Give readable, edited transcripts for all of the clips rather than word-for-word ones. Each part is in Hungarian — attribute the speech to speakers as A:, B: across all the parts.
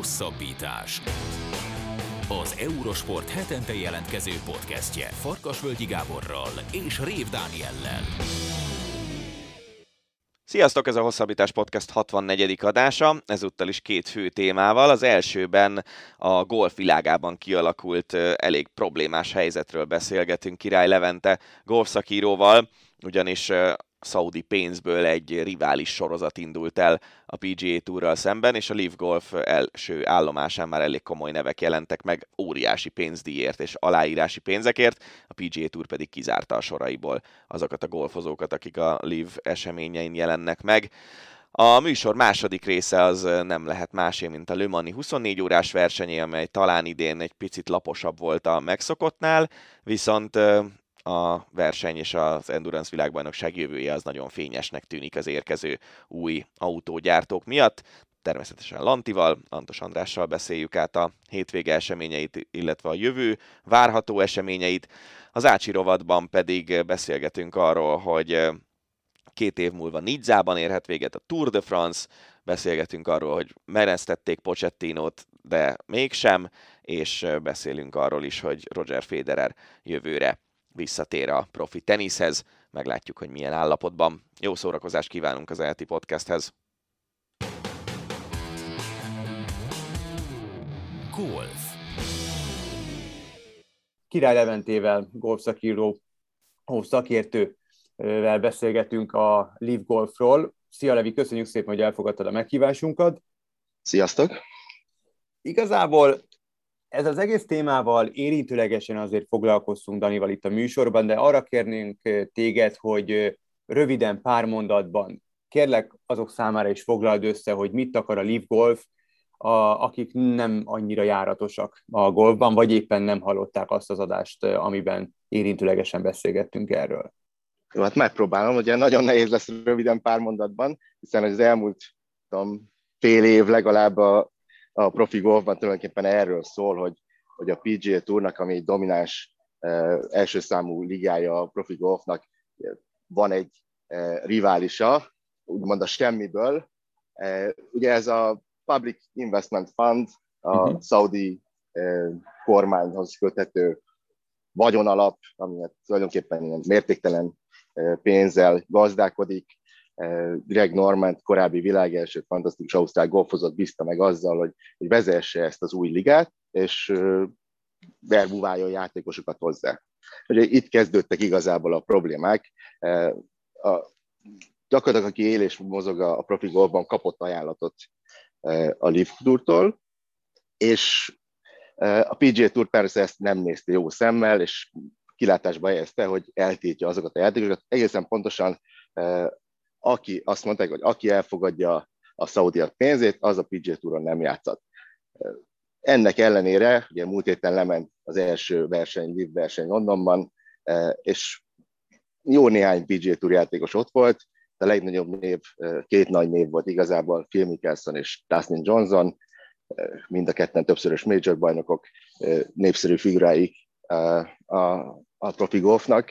A: Hosszabbítás. Az Eurosport hetente jelentkező podcastje Farkasvölgyi Gáborral és Rév Dániellel.
B: Sziasztok, ez a Hosszabbítás Podcast 64. adása, ezúttal is két fő témával. Az elsőben a golf világában kialakult elég problémás helyzetről beszélgetünk Király Levente golfszakíróval, ugyanis szaudi pénzből egy rivális sorozat indult el a PGA Tourral szemben, és a Live Golf első állomásán már elég komoly nevek jelentek meg óriási pénzdíjért és aláírási pénzekért, a PGA Tour pedig kizárta a soraiból azokat a golfozókat, akik a Live eseményein jelennek meg. A műsor második része az nem lehet másé, mint a Le Mans-i 24 órás versenyé, amely talán idén egy picit laposabb volt a megszokottnál, viszont a verseny és az Endurance világbajnokság jövője az nagyon fényesnek tűnik az érkező új autógyártók miatt. Természetesen Lantival, Lantos Andrással beszéljük át a hétvége eseményeit, illetve a jövő várható eseményeit. Az Ácsi rovatban pedig beszélgetünk arról, hogy 2 év múlva Nizzában érhet véget a Tour de France, beszélgetünk arról, hogy mereztették Pochettinót, de mégsem, és beszélünk arról is, hogy Roger Federer jövőre visszatér a profi teniszhez. Meglátjuk, hogy milyen állapotban. Jó szórakozást kívánunk az ELTE podcasthez.
A: Golf.
C: Király Leventével, golfszakíró, szakértővel beszélgetünk a Live Golfról. Szia Levi, köszönjük szépen, hogy elfogadtad a meghívásunkat.
D: Sziasztok!
C: Igazából ez az egész témával érintőlegesen azért foglalkoztunk Danival itt a műsorban, de arra kérnénk téged, hogy röviden, pár mondatban, kérlek azok számára is foglald össze, hogy mit akar a Live Golf, akik nem annyira járatosak a golfban, vagy éppen nem hallották azt az adást, amiben érintőlegesen beszélgettünk erről.
D: Jó, hát megpróbálom, ugye nagyon nehéz lesz röviden pár mondatban, hiszen az elmúlt fél év legalább a profi golfban tulajdonképpen erről szól, hogy a PGA Tournak, ami egy domináns első számú ligája a profi golfnak, van egy riválisa, úgymond a semmiből. Ugye ez a Public Investment Fund, a szaudi kormányhoz köthető vagyonalap, ami tulajdonképpen ilyen mértéktelen pénzzel gazdálkodik. Greg Norman, korábbi világelső fantasztikus ausztrál golfozót bízta meg azzal, hogy vezesse ezt az új ligát, és verbuváljon játékosokat hozzá. Ugye itt kezdődtek igazából a problémák. Gyakorlatilag, aki él és mozog a profi golfban, kapott ajánlatot a Live Tourtól, és a PGA Tour persze ezt nem nézte jó szemmel, és kilátásba helyezte, hogy eltiltja azokat a játékosokat. Egészen pontosan azt mondták, hogy aki elfogadja a szaudiak pénzét, az a PGA Touron nem játszott. Ennek ellenére, ugye múlt héten lement az első verseny, Live verseny Londonban, és jó néhány PGA Tour játékos ott volt, de a legnagyobb név, 2 nagy név volt igazából, Phil Mickelson és Dustin Johnson, mind a ketten többszörös major bajnokok, népszerű figuráik a profi golfnak.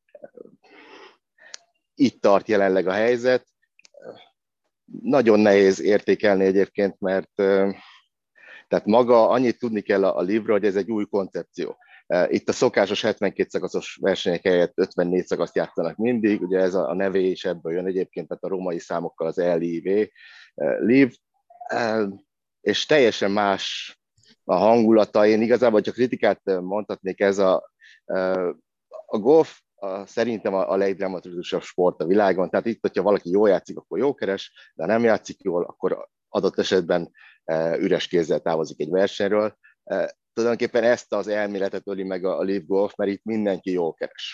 D: Itt tart jelenleg a helyzet. Nagyon nehéz értékelni egyébként, mert tehát maga annyit tudni kell a Live-ről, hogy ez egy új koncepció. Itt a szokásos 72 szakaszos versenyek helyett 54 szakaszt játszanak mindig, ugye ez a neve is ebből jön egyébként, tehát a római számokkal az LIV, Live, és teljesen más a hangulata. Én igazából csak kritikát mondhatnék, ez a golf szerintem a legdramatikusabb sport a világon, tehát itt, hogyha valaki jól játszik, akkor jó keres, de ha nem játszik jól, akkor adott esetben üres kézzel távozik egy versenyről. Tulajdonképpen ezt az elméletet öli meg a Live Golf, mert itt mindenki jól keres.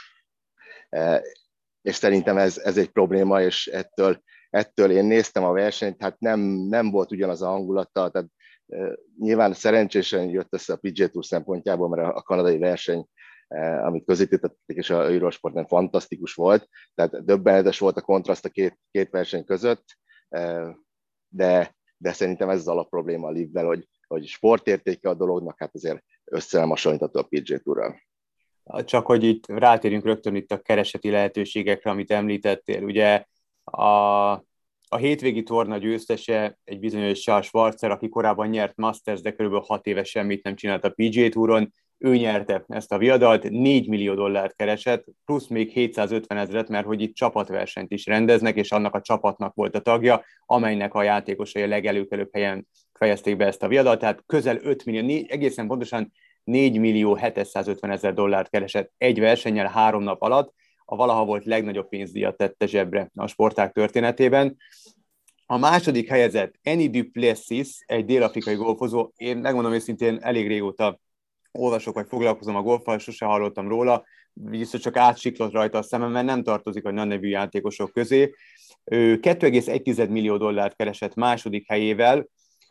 D: És szerintem ez egy probléma, és ettől én néztem a versenyt, hát nem volt ugyanaz a hangulata, tehát nyilván szerencsésen jött össze a PGA Tour szempontjából, mert a kanadai verseny, amit közvetítettek, és a Eurosportban fantasztikus volt, tehát döbbenetes volt a kontraszt a két verseny között, de szerintem ez az alapprobléma a Live-vel, hogy sportértéke a dolognak, hát azért össze nem hasonlítható a PGA Tourral.
C: Csak hogy itt rátérünk rögtön itt a kereseti lehetőségekre, amit említettél. Ugye a A hétvégi torna győztese egy bizonyos Charles Schwarzer, aki korábban nyert Masters, de kb. 6 éve semmit nem csinált a PGA Touron. Ő nyerte ezt a viadalt, 4 millió dollárt keresett, plusz még 750 000, mert hogy itt csapatversenyt is rendeznek, és annak a csapatnak volt a tagja, amelynek a játékosai a legelőkelőbb helyen fejezték be ezt a viadalt, tehát közel 5 millió, egészen pontosan 4 millió 750 000 dollárt keresett egy versennyel 3 nap alatt, a valaha volt legnagyobb pénzdíjat tette zsebre a sportág történetében. A második helyezett Annie Duplessis, egy dél-afrikai golfozó, én megmondom őszintén, elég régóta olvasok, vagy foglalkozom a golffal, sose hallottam róla, viszont csak átsiklott rajta a szemem, mert nem tartozik a nagy nevű játékosok közé. Ő 2,1 millió dollárt keresett második helyével,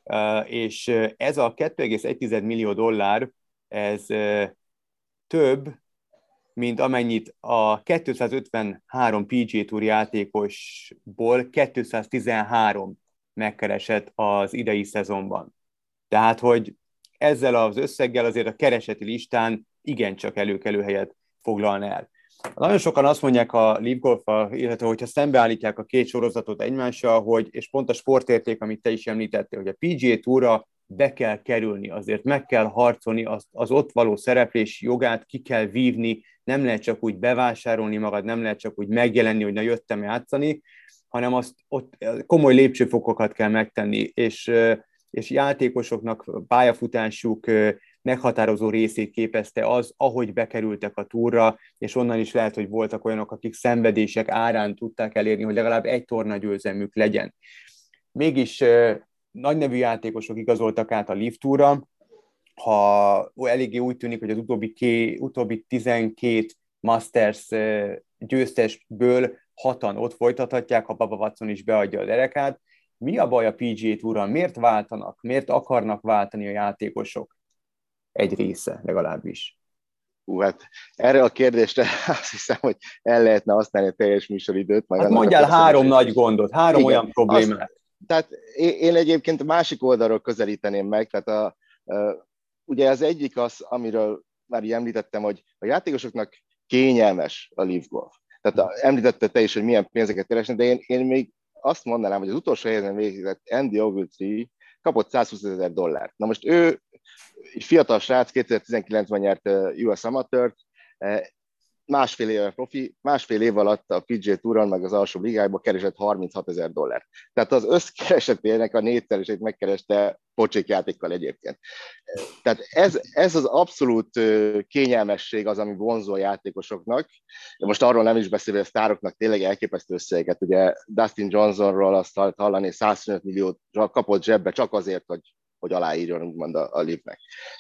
C: és ez a 2,1 millió dollár, ez több, mint amennyit a 253 PGA Tour játékosból 213 megkeresett az idei szezonban. Tehát, hogy ezzel az összeggel azért a kereseti listán igencsak előkelő helyet foglalna el. Nagyon sokan azt mondják a Live Golf-al, illetve hogyha szembeállítják a két sorozatot egymással, hogy, és pont a sportérték, amit te is említettél, hogy a PGA Tourra be kell kerülni, azért meg kell harcolni, az ott való szereplés jogát ki kell vívni, nem lehet csak úgy bevásárolni magad, nem lehet csak úgy megjelenni, hogy na jöttem játszani, hanem azt ott komoly lépcsőfokokat kell megtenni, és játékosoknak pályafutásuk meghatározó részét képezte az, ahogy bekerültek a túrra, és onnan is lehet, hogy voltak olyanok, akik szenvedések árán tudták elérni, hogy legalább egy tornagyőzelmük legyen. Mégis nagy nevű játékosok igazoltak át a Live Tourra, ha eléggé úgy tűnik, hogy az utóbbi 12 Masters győztesből 6-an ott folytathatják, ha Bubba Watson is beadja a derekát. Mi a baj a PGA Touron? Miért váltanak? Miért akarnak váltani a játékosok? Egy része legalábbis.
D: Hát erre a kérdésre azt hiszem, hogy el lehetne használni a teljes műsoridőt.
C: Hát mondjál 3 nagy gondot, 3 igen, olyan problémát.
D: Tehát én egyébként a másik oldalról közelíteném meg, tehát ugye az egyik az, amiről már így említettem, hogy a játékosoknak kényelmes a Live Golf. Tehát említetted te is, hogy milyen pénzeket keresnek, de én még azt mondanám, hogy az utolsó helyen végzett Andy Ogletree kapott 120 000 dollárt. Na most ő egy fiatal srác, 2019-ben nyert US Amateur-t, másfél éve profi, másfél év alatt a PGA Touron, meg az alsó ligájban keresett 36 000 dollárt. Tehát az összkeresetének a 4-szeresét megkereste pocsékjátékkal egyébként. Tehát ez az abszolút kényelmesség az, ami vonzó a játékosoknak. Most arról nem is beszélve, hogy a sztároknak tényleg elképesztő összegeket. Ugye Dustin Johnsonról azt hallani, 125 milliót kapott zsebbe csak azért, hogy aláírjon úgymond a Live-nek.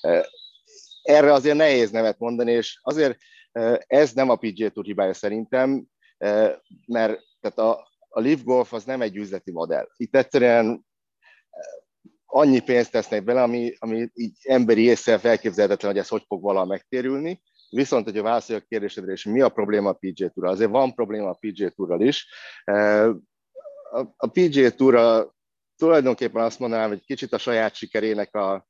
D: Erre azért nehéz nevet mondani, és azért ez nem a PGA Tour hibája szerintem, mert tehát a Live Golf az nem egy üzleti modell. Itt egyszerűen annyi pénzt tesznek bele, ami így emberi észre felképzelhetetlen, hogy ez hogy fog valaha megtérülni. Viszont, hogyha válaszolja a kérdésedre, és mi a probléma a PGA Tourral? Azért van probléma a PGA Tourral is. A PGA Tourral tulajdonképpen azt mondanám, hogy kicsit a saját sikerének a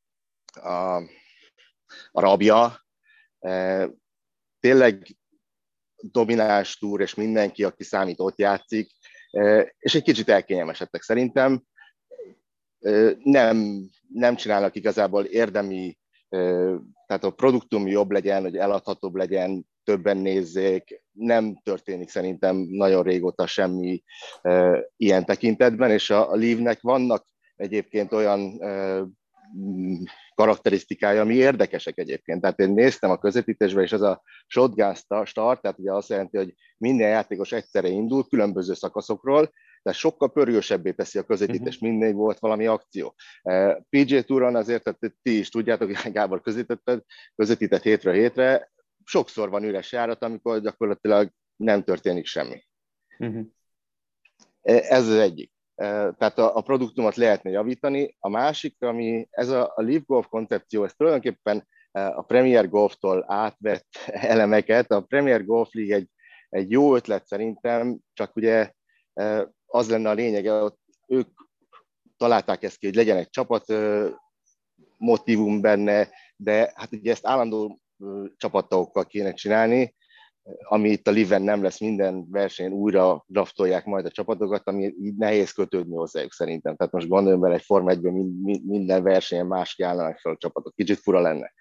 D: rabja. Tényleg domináns túr, és mindenki, aki számít, ott játszik, és egy kicsit elkényelmesedtek szerintem. Nem csinálnak igazából érdemi, tehát a produktum jobb legyen, hogy eladhatóbb legyen, többen nézzék, nem történik szerintem nagyon régóta semmi ilyen tekintetben, és a Live-nek vannak egyébként olyan karakterisztikája, ami érdekesek egyébként. Tehát én néztem a közvetítésbe, és ez a shotgun start, tehát ugye azt jelenti, hogy minden játékos egyszerre indul, különböző szakaszokról, de sokkal pörgősebbé teszi a közvetítést, mindig volt valami akció. PGA Touron azért, tehát ti is tudjátok, hogy Gábor közvetített hétről hétre, sokszor van üres járat, amikor gyakorlatilag nem történik semmi. Ez az egyik. Tehát a produktumot lehetne javítani. A másik, ami ez a Live Golf koncepció, ez tulajdonképpen a Premier Golftól átvett elemeket. A Premier Golf League egy jó ötlet szerintem, csak ugye az lenne a lényege, hogy ők találták ezt ki, hogy legyen egy csapat motívum benne, de hát ugye ezt állandó csapattagokkal kéne csinálni. ami itt a Liven nem lesz, minden versenyen újra draftolják majd a csapatokat, ami így nehéz kötődni hozzájuk szerintem. Tehát most gondoljunk bele, egy Forma 1-ben minden versenyen más állnának fel a csapatok. Kicsit fura lenne.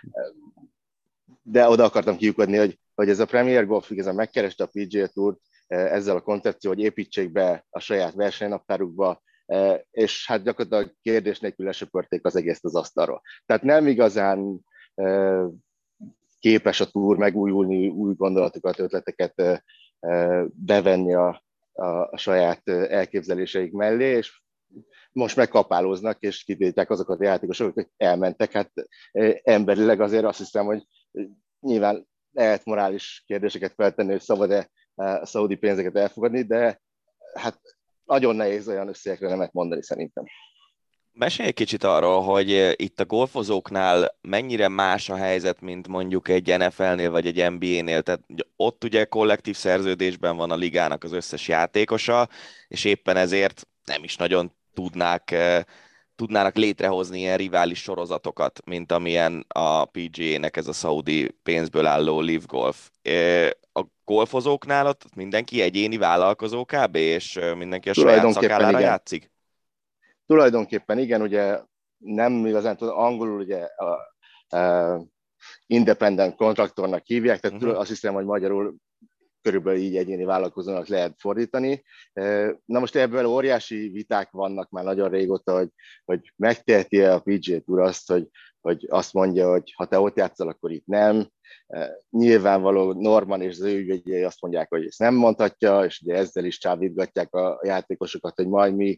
D: De oda akartam kiukadni, hogy ez a Premier Golf igazán megkereste a PGA Tourt ezzel a koncepció, hogy építsék be a saját versenynaptárukba, és hát gyakorlatilag kérdés nélkül lesöpörték az egész az asztalról. Tehát nem igazán képes a túr megújulni, új gondolatokat, ötleteket bevenni a saját elképzeléseik mellé, és most megkapálóznak, és kitiltják azokat a játékosokat, hogy elmentek. Hát emberileg azért azt hiszem, hogy nyilván lehet morális kérdéseket feltenni, hogy szabad-e a szaudi pénzeket elfogadni, de hát nagyon nehéz olyan összegekre nemet mondani szerintem.
B: Mesélj egy kicsit arról, hogy itt a golfozóknál mennyire más a helyzet, mint mondjuk egy NFL-nél vagy egy NBA-nél. Tehát ott ugye kollektív szerződésben van a ligának az összes játékosa, és éppen ezért nem is nagyon tudnának létrehozni ilyen rivális sorozatokat, mint amilyen a PGA-nek ez a szaudi pénzből álló Live Golf. A golfozóknál ott mindenki egyéni vállalkozó kb. És mindenki a saját szakállára játszik?
D: Tulajdonképpen igen, ugye nem igazán tudom, angolul ugye independent contractornak hívják, tehát azt hiszem, hogy magyarul körülbelül így egyéni vállalkozónak lehet fordítani. Na most ebből óriási viták vannak már nagyon régóta, hogy megteheti-e a PGA Tour azt, hogy azt mondja, hogy ha te ott játszol, akkor itt nem. Nyilvánvaló Norman és az ő ügyvédjei azt mondják, hogy ezt nem mondhatja, és ugye ezzel is csábítgatják a játékosokat, hogy majd mi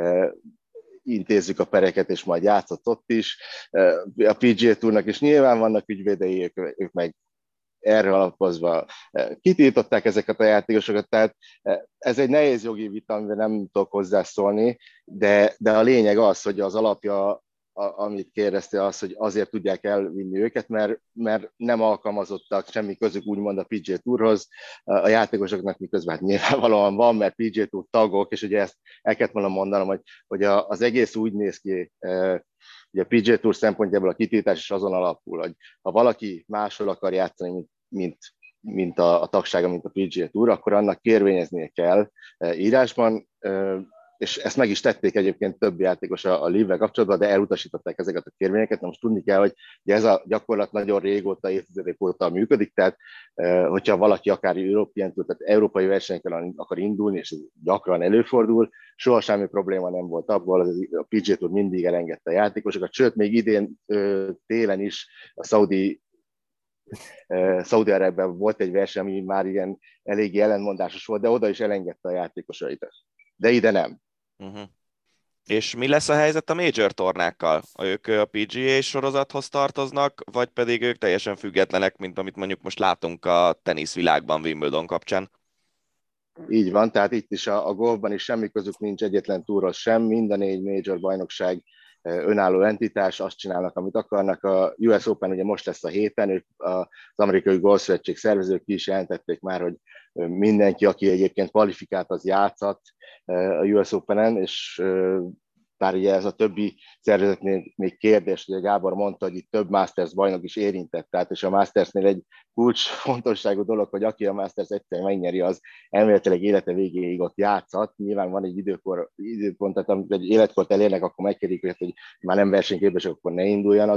D: intézzük a pereket, és majd játszott ott is. A PGA Tournak is nyilván vannak ügyvédei, ők meg erre alapozva kitiltották ezeket a játékosokat, tehát ez egy nehéz jogi vita, amivel nem tudok hozzászólni, de a lényeg az, hogy az alapja, amit kérdezte, az, hogy azért tudják elvinni őket, mert nem alkalmazottak, semmi közük úgymond a PGA Tourhoz, a játékosoknak miközben hát nyilvánvalóan van, mert PGA Tour tagok, és ugye ezt el kellett volna mondanom, hogy az egész úgy néz ki, ugye a PGA Tour szempontjából a kitiltás is azon alapul, hogy ha valaki máshol akar játszani, mint a tagsága, mint a PGA Tour, akkor annak kérvényeznie kell írásban, és ezt meg is tették egyébként több játékos a Live-vel kapcsolatban, de elutasították ezeket a kérvényeket. Na most tudni kell, hogy ez a gyakorlat nagyon régóta, évtizedek óta működik, tehát hogyha valaki akár European Tour, tehát európai versenyekkel akar indulni, és ez gyakran előfordul, soha semmi probléma nem volt abból, a PGA Tour mindig elengedte a játékosokat, sőt, még idén télen is a Szaudi-Arábiában volt egy verseny, ami már ilyen eléggé ellentmondásos volt, de oda is elengedte a játékosait. De ide nem.
B: És mi lesz a helyzet a major tornákkal? Ők a PGA sorozathoz tartoznak, vagy pedig ők teljesen függetlenek, mint amit mondjuk most látunk a teniszvilágban Wimbledon kapcsán?
D: Így van, tehát itt is a golfban is semmi közük nincs egyetlen túrhoz sem, minden 4 major bajnokság önálló entitás, azt csinálnak, amit akarnak. A US Open ugye most lesz a héten, ők az amerikai golfszövetség szervezők ki is jelentették már, hogy mindenki, aki egyébként kvalifikált, az játszhat a US Openen, és bár ugye ez a többi szervezetnél még kérdés, hogy Gábor mondta, hogy itt több Masters bajnok is érintett, tehát és a Mastersnél egy kulcsfontosságú dolog, hogy aki a Masters egyszer megnyeri, az elméletileg élete végéig ott játszhat. Nyilván van egy időpont, tehát amikor egy életkort elérnek, akkor megkérik őket, hogy már nem versenyképesek, akkor ne induljanak,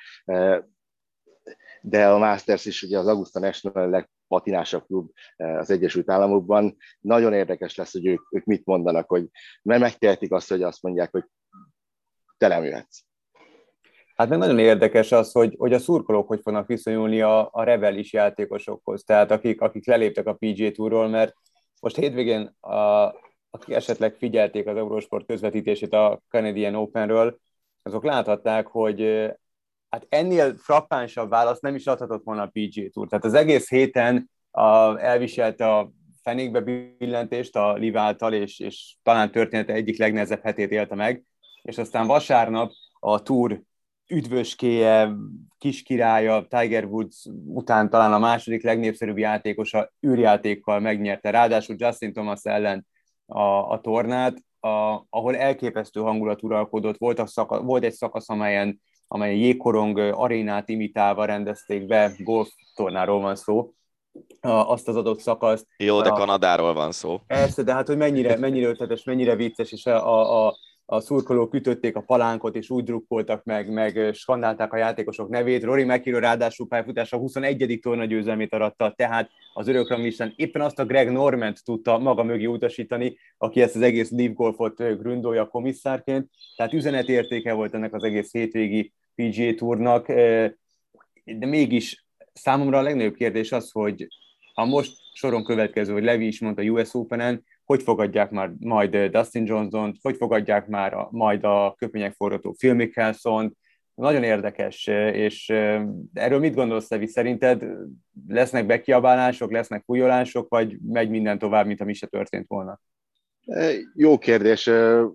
D: de a Masters is ugye az Augusta National legpatinásabb klub az Egyesült Államokban. Nagyon érdekes lesz, hogy ők mit mondanak, mert megtehetik azt, hogy azt mondják, hogy te nem jöhetsz.
C: Hát meg nagyon érdekes az, hogy a szurkolók hogy fognak viszonyulni a rebelis játékosokhoz, tehát akik leléptek a PGA Tourról, mert most hétvégén, akik esetleg figyelték az Eurosport közvetítését a Canadian Openről, azok láthatták, hogy hát ennél frappánsabb választ nem is adhatott volna a PGA Tour. Tehát az egész héten elviselte a fenékbe billentést a Live által, és talán története egyik legnehezebb hetét élte meg, és aztán vasárnap a Tour üdvöskéje, kiskirálya, Tiger Woods után talán a második legnépszerűbb játékosa űrjátékkal megnyerte, ráadásul Justin Thomas ellen a tornát, ahol elképesztő hangulat uralkodott. Volt egy szakasz, amelyen jégkorong arénát imitálva rendezték be, golf tornáról van szó, azt az adott szakaszt.
B: Jó, de Kanadáról van szó.
C: Persze, de hát, hogy mennyire ötletes, mennyire vicces, és a szurkolók ütötték a palánkot, és úgy drukkoltak meg skandálták a játékosok nevét. Rory McIlroy ráadásul pályafutása 21. tornagyőzelmét aratta, tehát az örökranglistán éppen azt a Greg Normant tudta maga mögé utasítani, aki ezt az egész Live Golfot gründolja komisszárként. Tehát üzenetértéke volt ennek az egész hétvégi PGA Tournak, de mégis számomra a legnagyobb kérdés az, hogy a most soron következő, hogy Levi is mondta US Open-en, hogy fogadják már majd Dustin Johnson-t, hogy fogadják már majd a köpények forgató Phil Mickelson-t. Nagyon érdekes, és erről mit gondolsz, Levi? Szerinted lesznek bekiabálások, lesznek fújolások, vagy megy minden tovább, mint ha mi se történt volna?
D: Jó kérdés.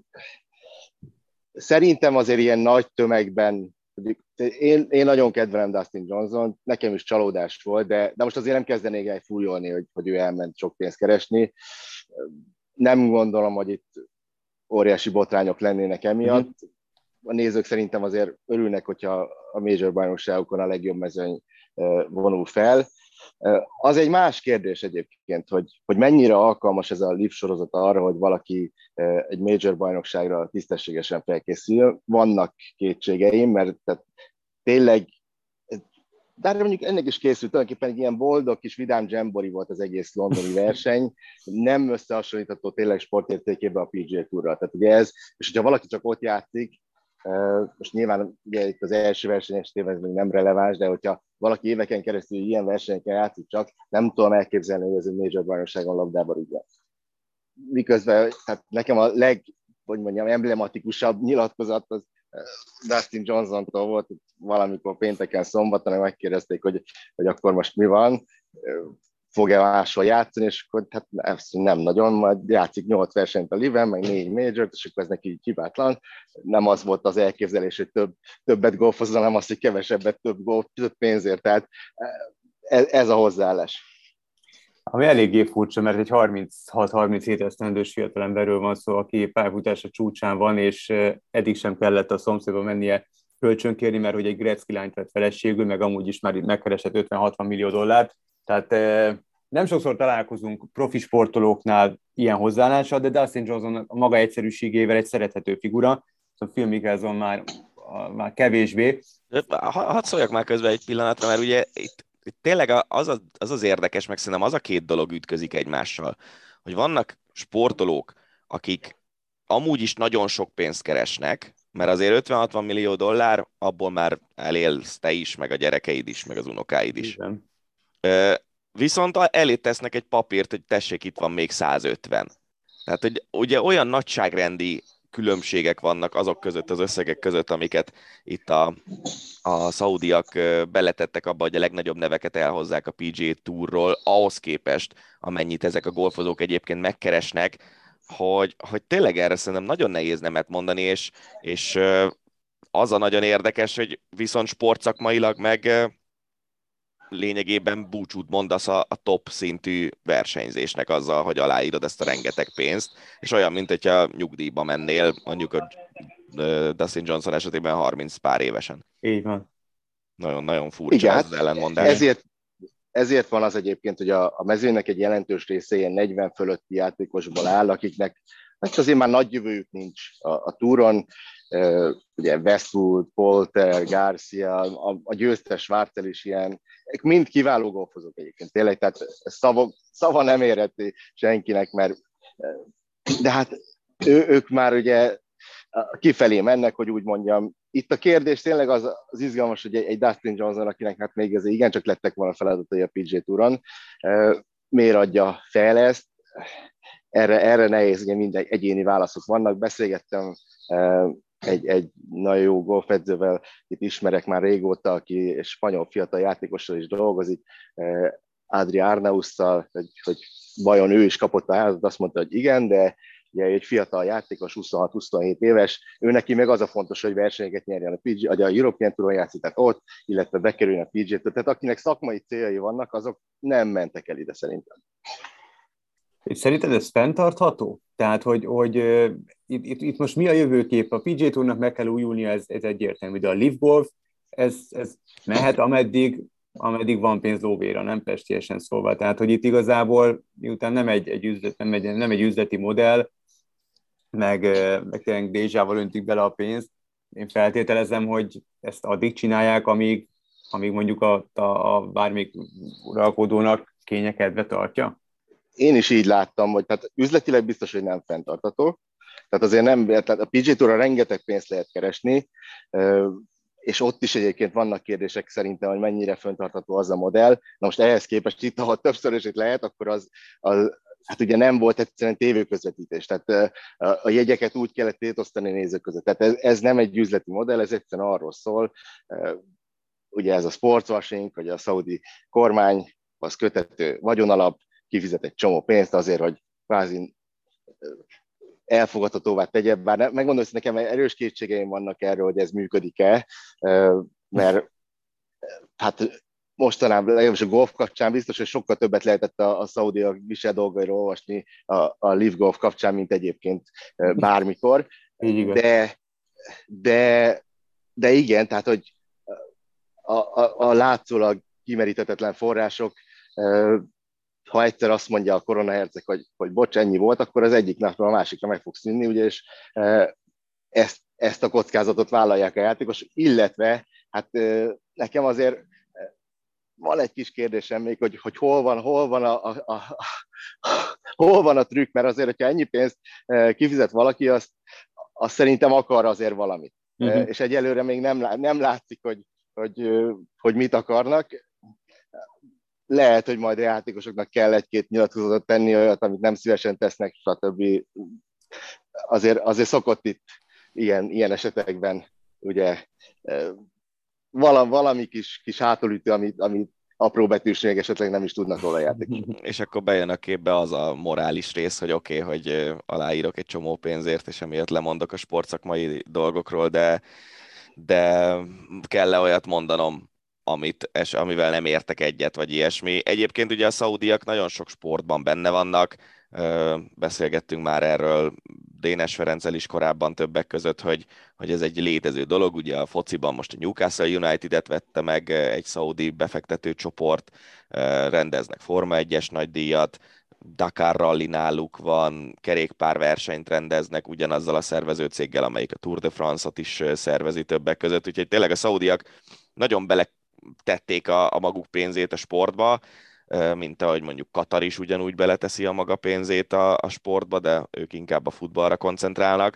D: Szerintem azért ilyen nagy tömegben, én nagyon kedvelem Dustin Johnson, nekem is csalódás volt, de most azért nem kezdenék el fújolni, hogy ő elment sok pénzt keresni. Nem gondolom, hogy itt óriási botrányok lennének emiatt. A nézők szerintem azért örülnek, hogyha a major bajnokságokon a legjobb mezőny vonul fel. Az egy más kérdés egyébként, hogy mennyire alkalmas ez a LIV sorozat arra, hogy valaki egy major bajnokságra tisztességesen felkészül. Vannak kétségeim, mert tehát tényleg, de mondjuk ennek is készült, tulajdonképpen egy ilyen boldog kis vidám dzsembori volt az egész londoni verseny, nem összehasonlítható tényleg sportértékében a PGA Tourral. Tehát ugye ez, és hogyha valaki csak ott játszik, most nyilván ugye itt az első verseny esetében ez még nem releváns, de hogyha valaki éveken keresztül ilyen versenyeken játszik csak, nem tudom elképzelni, hogy ez egy major bajnokságon labdában ugye. Miközben tehát nekem a emblematikusabb nyilatkozat az Dustin Johnson-tól volt, valamikor pénteken, szombaton, megkérdezték, hogy akkor most mi van, fog-e máshol játszani, és akkor hát nem nagyon, majd játszik 8 versenyt a Live-en, meg 4 majort, és akkor ez neki így hibátlan. Nem az volt az elképzelés, hogy többet golfozzon, hanem az, hogy kevesebbet, több pénzért. Tehát ez a hozzáállás.
C: Ami eléggé furcsa, mert egy 36-37 esztendős fiatalemberről van szó, aki pályafutása csúcsán van, és eddig sem kellett a szomszédba mennie kölcsönkérni, mert hogy egy Gretzky lányt vett feleségül, meg amúgy is már megkeresett $50-60 millió. Tehát nem sokszor találkozunk profi sportolóknál ilyen hozzáállással, de Dustin Johnson a maga egyszerűségével egy szerethető figura, a Phil Mickelson már kevésbé.
B: Hadd szóljak már közben egy pillanatra, mert ugye itt tényleg az érdekes, meg szerintem az a két dolog ütközik egymással, hogy vannak sportolók, akik amúgy is nagyon sok pénzt keresnek, mert azért $50-60 millió, abból már elélsz te is, meg a gyerekeid is, meg az unokáid is.
C: Igen.
B: Viszont elé tesznek egy papírt, hogy tessék, itt van még 150. Tehát, hogy ugye olyan nagyságrendi különbségek vannak azok között, az összegek között, amiket itt a szaudiak beletettek abba, hogy a legnagyobb neveket elhozzák a PGA Tourról, ahhoz képest, amennyit ezek a golfozók egyébként megkeresnek, hogy tényleg erre szerintem nagyon nehéz nemet mondani, és az a nagyon érdekes, hogy viszont sportszakmailag meg lényegében búcsút mondasz a top szintű versenyzésnek azzal, hogy aláírod ezt a rengeteg pénzt, és olyan, mint hogyha nyugdíjba mennél, mondjuk a Dustin Johnson esetében 30 pár évesen.
C: Így van.
B: Nagyon-nagyon furcsa az ellenmondás.
D: Ezért van az egyébként, hogy a mezőnek egy jelentős része ilyen 40 fölötti játékosból áll, akiknek hát azért már nagy jövőjük nincs a túron. Ugye Westwood, Poulter, Garcia, a győztes Schwarzel is ilyen, mind kiváló golfozók egyébként, tényleg, tehát szava nem érheti senkinek, mert de hát ők már ugye kifelé mennek, hogy úgy mondjam. Itt a kérdés tényleg az izgalmas, hogy egy Dustin Johnson, akinek hát még azért igencsak lettek volna feladatai a PGA Touron, miért adja fel ezt? Erre nehéz, ugye mindegy egyéni válaszok vannak. Beszélgettem egy nagyon jó golfedzővel, itt ismerek már régóta, aki egy spanyol fiatal játékossal is dolgozik, Adri Arnausszal, hogy vajon ő is kapott a házat, azt mondta, hogy igen, de ugye egy fiatal játékos, 26-27 éves, ő neki meg az a fontos, hogy versenyeket nyerjen a European Touron játszik, tehát ott, illetve bekerüljön a PGA-től, tehát akinek szakmai céljai vannak, azok nem mentek el ide szerintem.
C: És szerinted ez fenntartható? Tehát, hogy itt most mi a jövőkép? A PGA Tournak meg kell újulnia, ez egyértelmű, de a Live Golf, ez mehet, ameddig ameddig van pénz lóvéra, nem pestélyesen szólva. Tehát, hogy itt igazából, miután nem egy üzleti modell, meg tényleg dézsával öntik bele a pénzt, én feltételezem, hogy ezt addig csinálják, amíg mondjuk a bármelyik uralkodónak kénye kedve tartja.
D: Én is így láttam, hogy tehát üzletileg biztos, hogy nem fenntartható. Tehát azért nem, tehát a PGA Tourra rengeteg pénzt lehet keresni, és ott is egyébként vannak kérdések szerintem, hogy mennyire fenntartható az a modell. Na most ehhez képest itt, ahol többszörösét lehet, akkor az hát ugye nem volt egyszerűen tévőközvetítés, tehát a jegyeket úgy kellett tétosztani nézők között. Tehát ez nem egy üzleti modell, ez egyszerűen arról szól, ugye ez a sportswashing, hogy a szaudi kormány az kötető vagyonalap, kifizet egy csomó pénzt azért, hogy kvázi elfogadhatóvá tegye, bár megmondom, hogy nekem erős kétségeim vannak erről, hogy ez működik-e, mert hát mostanában, legalábbis a golf kapcsán biztos, hogy sokkal többet lehetett a szaudiak visel dolgairól olvasni a Live Golf kapcsán, mint egyébként bármikor. De igen, tehát, hogy a látszólag kimeríthetetlen források, ha egyszer azt mondja a koronaherceg, hogy bocs, ennyi volt, akkor az egyik napról a másikra meg fog szűnni, ugye, és ezt a kockázatot vállalják a játékos, illetve hát nekem azért van egy kis kérdésem még, hogy hol van a trükk, mert azért, hogyha ennyi pénzt kifizet valaki, azt szerintem akar azért valamit. És egyelőre még nem látszik, hogy mit akarnak. Lehet, hogy majd a játékosoknak kell egy-két nyilatkozatot tenni, olyat, amit nem szívesen tesznek, stb. Azért szokott itt ilyen esetekben ugye valami kis hátulütő, amit apró betűs még esetleg nem is tudnak róla játékosok.
B: És akkor bejön a képbe az a morális rész, hogy oké, hogy aláírok egy csomó pénzért, és emiatt lemondok a sportszakmai dolgokról, de kell-e olyat mondanom, amivel nem értek egyet, vagy ilyesmi. Egyébként ugye a szaudiak nagyon sok sportban benne vannak, beszélgettünk már erről Dénes Ferenccel is korábban többek között, hogy ez egy létező dolog. Ugye a fociban most a Newcastle United-et vette meg egy szaudi befektető csoport, rendeznek Forma 1-es nagydíjat, Dakar Rally náluk van, kerékpárversenyt rendeznek ugyanazzal a szervezőcéggel, amelyik a Tour de France-ot is szervezi többek között, úgyhogy tényleg a szaudiak nagyon beletették a maguk pénzét a sportba, mint ahogy mondjuk Katar is ugyanúgy beleteszi a maga pénzét a sportba, de ők inkább a futballra koncentrálnak.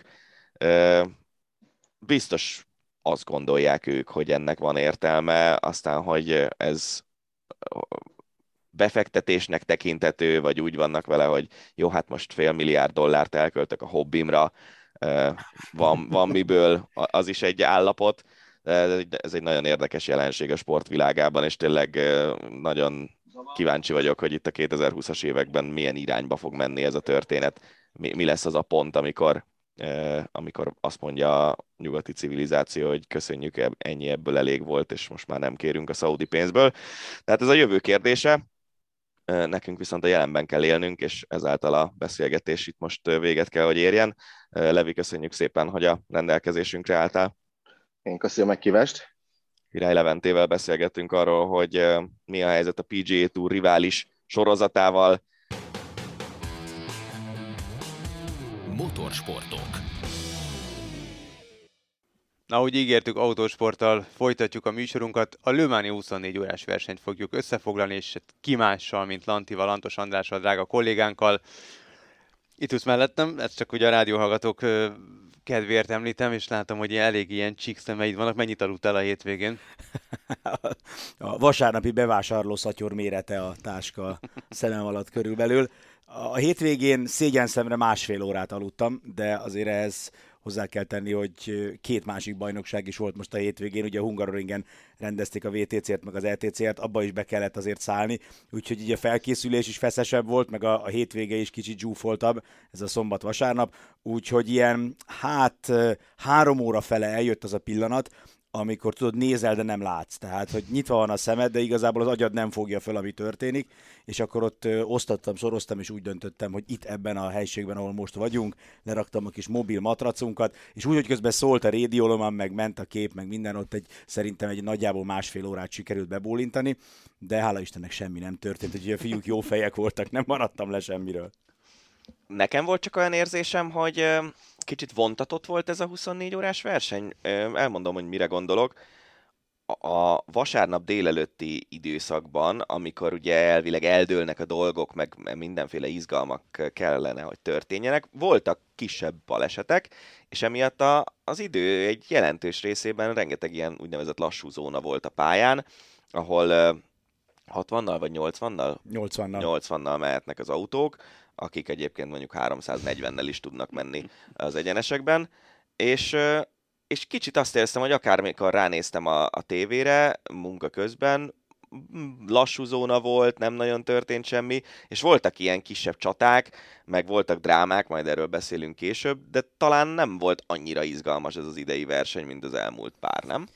B: Biztos azt gondolják ők, hogy ennek van értelme, aztán, hogy ez befektetésnek tekintető, vagy úgy vannak vele, hogy jó, hát most $500 milliárd elköltök a hobbimra, van miből, az is egy állapot. Ez egy nagyon érdekes jelenség a sportvilágában, és tényleg nagyon kíváncsi vagyok, hogy itt a 2020-as években milyen irányba fog menni ez a történet. Mi lesz az a pont, amikor azt mondja a nyugati civilizáció, hogy köszönjük, ennyi, ebből elég volt, és most már nem kérünk a szaudi pénzből. Tehát ez a jövő kérdése. Nekünk viszont a jelenben kell élnünk, és ezáltal a beszélgetés itt most véget kell, hogy érjen. Levi, köszönjük szépen, hogy a rendelkezésünkre álltál.
D: Én köszönöm a meghívást.
B: Király Leventével beszélgettünk arról, hogy mi a helyzet a PGA Tour rivális sorozatával.
A: Motorsportok.
E: Ahogy ígértük, autósporttal folytatjuk a műsorunkat. A Le Mans-i 24 órás versenyt fogjuk összefoglalni, és ki mással, mint Lantival, Lantos Andrással, drága kollégánkkal. Itt ülsz mellettem, ezt csak ugye a rádióhallgatók kedvéért említem, és látom, hogy elég ilyen csík szemeid vannak. Mennyit aludtál a hétvégén?
F: A vasárnapi bevásárló szatyor mérete a táska szemem alatt körülbelül. A hétvégén szégyenszemre 1,5 órát aludtam, de azért ehhez hozzá kell tenni, hogy 2 másik bajnokság is volt most a hétvégén, ugye a Hungaroringen rendezték a VTC-t, meg az ETC-t, abba is be kellett azért szállni, úgyhogy így a felkészülés is feszesebb volt, meg a hétvége is kicsit zsúfoltabb, ez a szombat-vasárnap, úgyhogy ilyen 3 óra fele eljött az a pillanat, amikor tudod, nézel, de nem látsz. Tehát, hogy nyitva van a szemed, de igazából az agyad nem fogja fel, ami történik, és akkor ott osztattam, soroztam, és úgy döntöttem, hogy itt ebben a helységben, ahol most vagyunk, leraktam a kis mobil matracunkat, és úgy, hogy közben szólt a rádiólomán, meg ment a kép, meg minden, ott szerintem egy nagyjából 1,5 órát sikerült bebólintani, de hála Istennek semmi nem történt, úgyhogy a fiúk jó fejek voltak, nem maradtam le semmiről.
B: Nekem volt csak olyan érzésem, hogy kicsit vontatott volt ez a 24 órás verseny. Elmondom, hogy mire gondolok. A vasárnap délelőtti időszakban, amikor ugye elvileg eldőlnek a dolgok, meg mindenféle izgalmak kellene, hogy történjenek, voltak kisebb balesetek, és emiatt az idő egy jelentős részében rengeteg ilyen úgynevezett lassú zóna volt a pályán, ahol 60-nal vagy 80-nal? 80-nal mehetnek az autók, akik egyébként mondjuk 340-nel is tudnak menni az egyenesekben, és kicsit azt éreztem, hogy akármikor ránéztem a tévére munka közben, lassú zóna volt, nem nagyon történt semmi, és voltak ilyen kisebb csaták, meg voltak drámák, majd erről beszélünk később, de talán nem volt annyira izgalmas ez az idei verseny, mint az elmúlt pár, nem?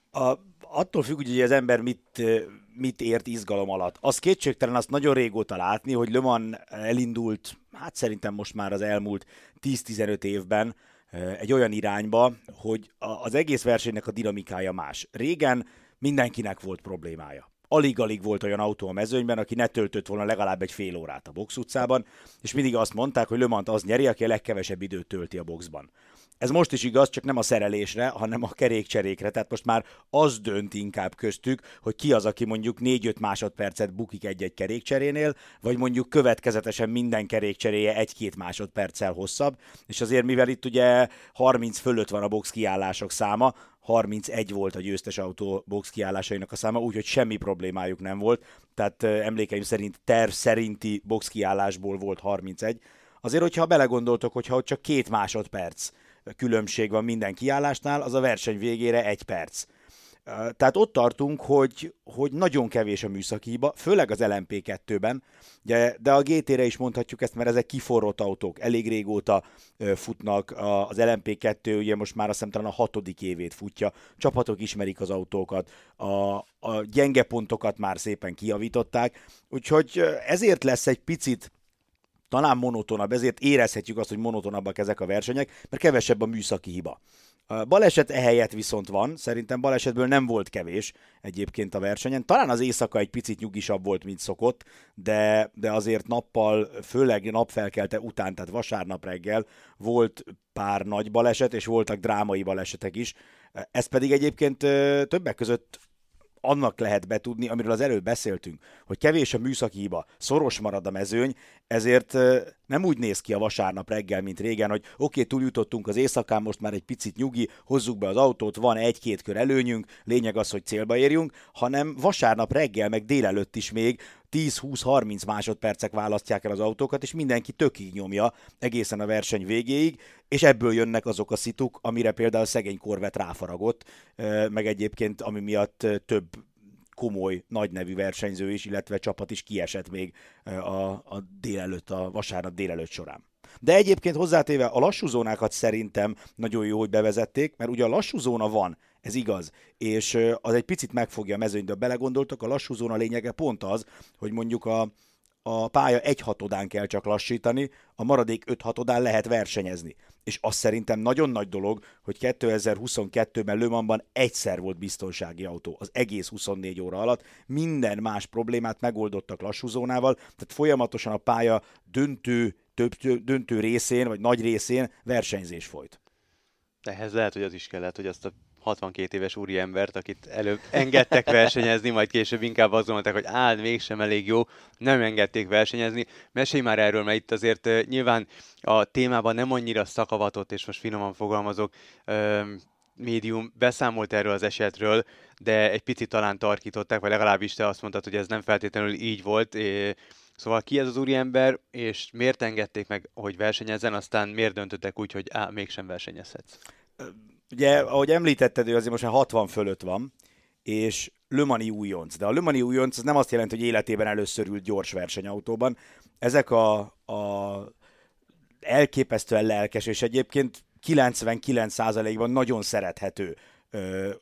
F: Attól függ, hogy az ember mit ért izgalom alatt. Az kétségtelen azt nagyon régóta látni, hogy Le Mans elindult, hát szerintem most már az elmúlt 10-15 évben egy olyan irányba, hogy az egész versenynek a dinamikája más. Régen mindenkinek volt problémája. Alig-alig volt olyan autó a mezőnyben, aki ne töltött volna legalább egy fél órát a box utcában, és mindig azt mondták, hogy Le Mans az nyeri, aki a legkevesebb időt tölti a boxban. Ez most is igaz, csak nem a szerelésre, hanem a kerékcserékre. Tehát most már az dönt inkább köztük, hogy ki az, aki mondjuk 4-5 másodpercet bukik egy-egy kerékcserénél, vagy mondjuk következetesen minden kerékcseréje 1-2 másodperccel hosszabb. És azért, mivel itt ugye 30 fölött van a box kiállások száma, 31 volt a győztes autó box kiállásainak a száma, úgyhogy semmi problémájuk nem volt. Tehát emlékeim szerint terv szerinti box kiállásból volt 31. Azért, hogyha belegondoltok, hogyha ott csak 2 másodperc különbség van minden kiállásnál, az a verseny végére 1 perc. Tehát ott tartunk, hogy nagyon kevés a műszaki hiba, főleg az LMP2-ben, de a GT-re is mondhatjuk ezt, mert ezek kiforrott autók, elég régóta futnak, az LMP2 ugye most már azt hiszem talán a 6. évét futja, csapatok ismerik az autókat, a gyenge pontokat már szépen kijavították, úgyhogy ezért lesz egy picit talán monotonabb, ezért érezhetjük azt, hogy monotonabbak ezek a versenyek, mert kevesebb a műszaki hiba. A baleset ehelyett viszont van, szerintem balesetből nem volt kevés egyébként a versenyen. Talán az éjszaka egy picit nyugisabb volt, mint szokott, de azért nappal, főleg napfelkelte után, tehát vasárnap reggel volt pár nagy baleset, és voltak drámai balesetek is. Ez pedig egyébként többek között annak lehet betudni, amiről az előbb beszéltünk, hogy kevés a műszaki hiba, szoros marad a mezőny, ezért nem úgy néz ki a vasárnap reggel, mint régen, hogy oké, túljutottunk az éjszakán, most már egy picit nyugi, hozzuk be az autót, van 1-2 kör előnyünk, lényeg az, hogy célba érjünk, hanem vasárnap reggel, meg délelőtt is még 10-20-30 másodpercek választják el az autókat, és mindenki tökig nyomja egészen a verseny végéig, és ebből jönnek azok a szituk, amire például szegény Corvette ráfaragott, meg egyébként ami miatt több komoly, nagynevű versenyző is, illetve csapat is kiesett még a vasárnap délelőtt során. De egyébként hozzátéve a lassú zónákat szerintem nagyon jó, hogy bevezették, mert ugye a lassú zóna van, ez igaz, és az egy picit megfogja a mezőnyt, de belegondoltak, a lassú zóna lényege pont az, hogy mondjuk a pálya 1/6-án kell csak lassítani, a maradék 5/6-án lehet versenyezni. És az szerintem nagyon nagy dolog, hogy 2022-ben Le Mansban egyszer volt biztonsági autó az egész 24 óra alatt, minden más problémát megoldottak lassúzónával, tehát folyamatosan a pálya döntő részén, vagy nagy részén versenyzés folyt.
E: Ehhez lehet, hogy az is kellett, hogy azt a 62 éves úriembert, akit előbb engedtek versenyezni, majd később inkább azt gondolták, hogy mégsem elég jó, nem engedték versenyezni. Mesélj már erről, mert itt azért nyilván a témában nem annyira szakavatott, és most finoman fogalmazok, médium beszámolt erről az esetről, de egy picit talán tarkították, vagy legalábbis te azt mondtad, hogy ez nem feltétlenül így volt. Szóval ki ez az úriember, és miért engedték meg, hogy versenyezzen, aztán miért döntöttek úgy, hogy mégsem versenyezhetsz?
F: Ugye, ahogy említetted, ő azért most már 60 fölött van, és Le Mans-i újonc. De a Le Mans-i újonc az nem azt jelenti, hogy életében először ült gyors versenyautóban. Ezek a elképesztően lelkes, és egyébként 99%-ban nagyon szerethető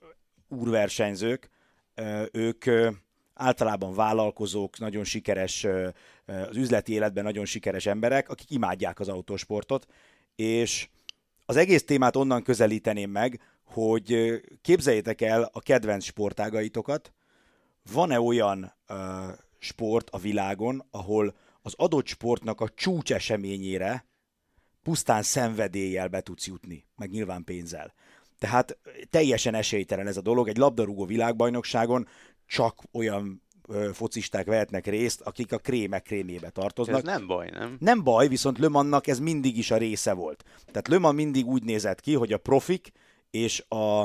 F: úrversenyzők, ők általában vállalkozók, nagyon sikeres, az üzleti életben nagyon sikeres emberek, akik imádják az autósportot, és az egész témát onnan közelíteném meg, hogy képzeljétek el a kedvenc sportágaitokat, van-e olyan sport a világon, ahol az adott sportnak a csúcseseményére pusztán szenvedéllyel be tudsz jutni, meg nyilván pénzzel. Tehát teljesen esélytelen ez a dolog. Egy labdarúgó világbajnokságon csak olyan focisták vehetnek részt, akik a krémek krémébe tartoznak.
E: Ez nem baj, nem?
F: Nem baj, viszont Le Mansnak ez mindig is a része volt. Tehát Le Mans mindig úgy nézett ki, hogy a profik és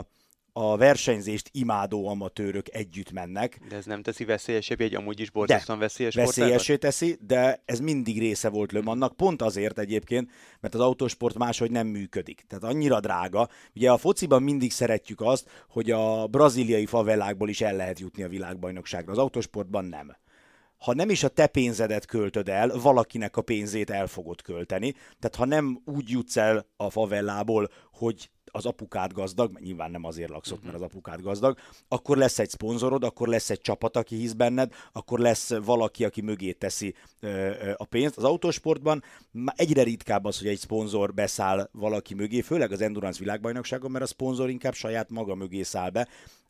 F: a versenyzést imádó amatőrök együtt mennek.
E: De ez nem teszi veszélyesebb egy amúgy is borzasztóan veszélyes sportágat?
F: Veszélyessé teszi, de ez mindig része volt Le Mansnak, pont azért egyébként, mert az autósport máshogy nem működik. Tehát annyira drága. Ugye a fociban mindig szeretjük azt, hogy a brazíliai favelákból is el lehet jutni a világbajnokságra. Az autósportban nem. Ha nem is a te pénzedet költöd el, valakinek a pénzét el fogod költeni. Tehát ha nem úgy jutsz el a favellából, hogy az apukád gazdag, mert nyilván nem azért laksz, mert az apukád gazdag, akkor lesz egy szponzorod, akkor lesz egy csapat, aki hisz benned, akkor lesz valaki, aki mögé teszi a pénzt. Az autósportban egyre ritkább az, hogy egy szponzor beszáll valaki mögé, főleg az Endurance világbajnokságon, mert a szponzor inkább saját maga mögé száll be,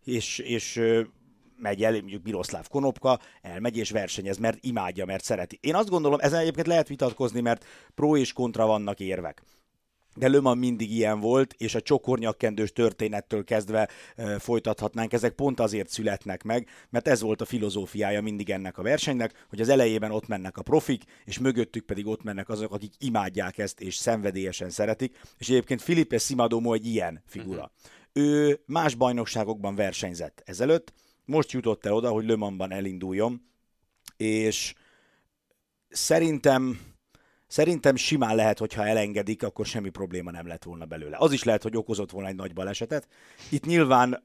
F: és megy el, mondjuk Miroslav Konopka, elmegy és versenyez, mert imádja, mert szereti. Én azt gondolom, ezen egyébként lehet vitatkozni, mert pro és kontra vannak érvek. De Le Mans mindig ilyen volt, és a csokornyakkendős történettől kezdve folytathatnánk, ezek pont azért születnek meg, mert ez volt a filozófiája mindig ennek a versenynek, hogy az elejében ott mennek a profik, és mögöttük pedig ott mennek azok, akik imádják ezt, és szenvedélyesen szeretik, és egyébként Filipe Simadomo egy ilyen figura. Ő más bajnokságokban versenyzett ezelőtt, most jutott el oda, hogy Le Mansban elinduljon, és szerintem simán lehet, hogyha elengedik, akkor semmi probléma nem lett volna belőle. Az is lehet, hogy okozott volna egy nagy balesetet. Itt nyilván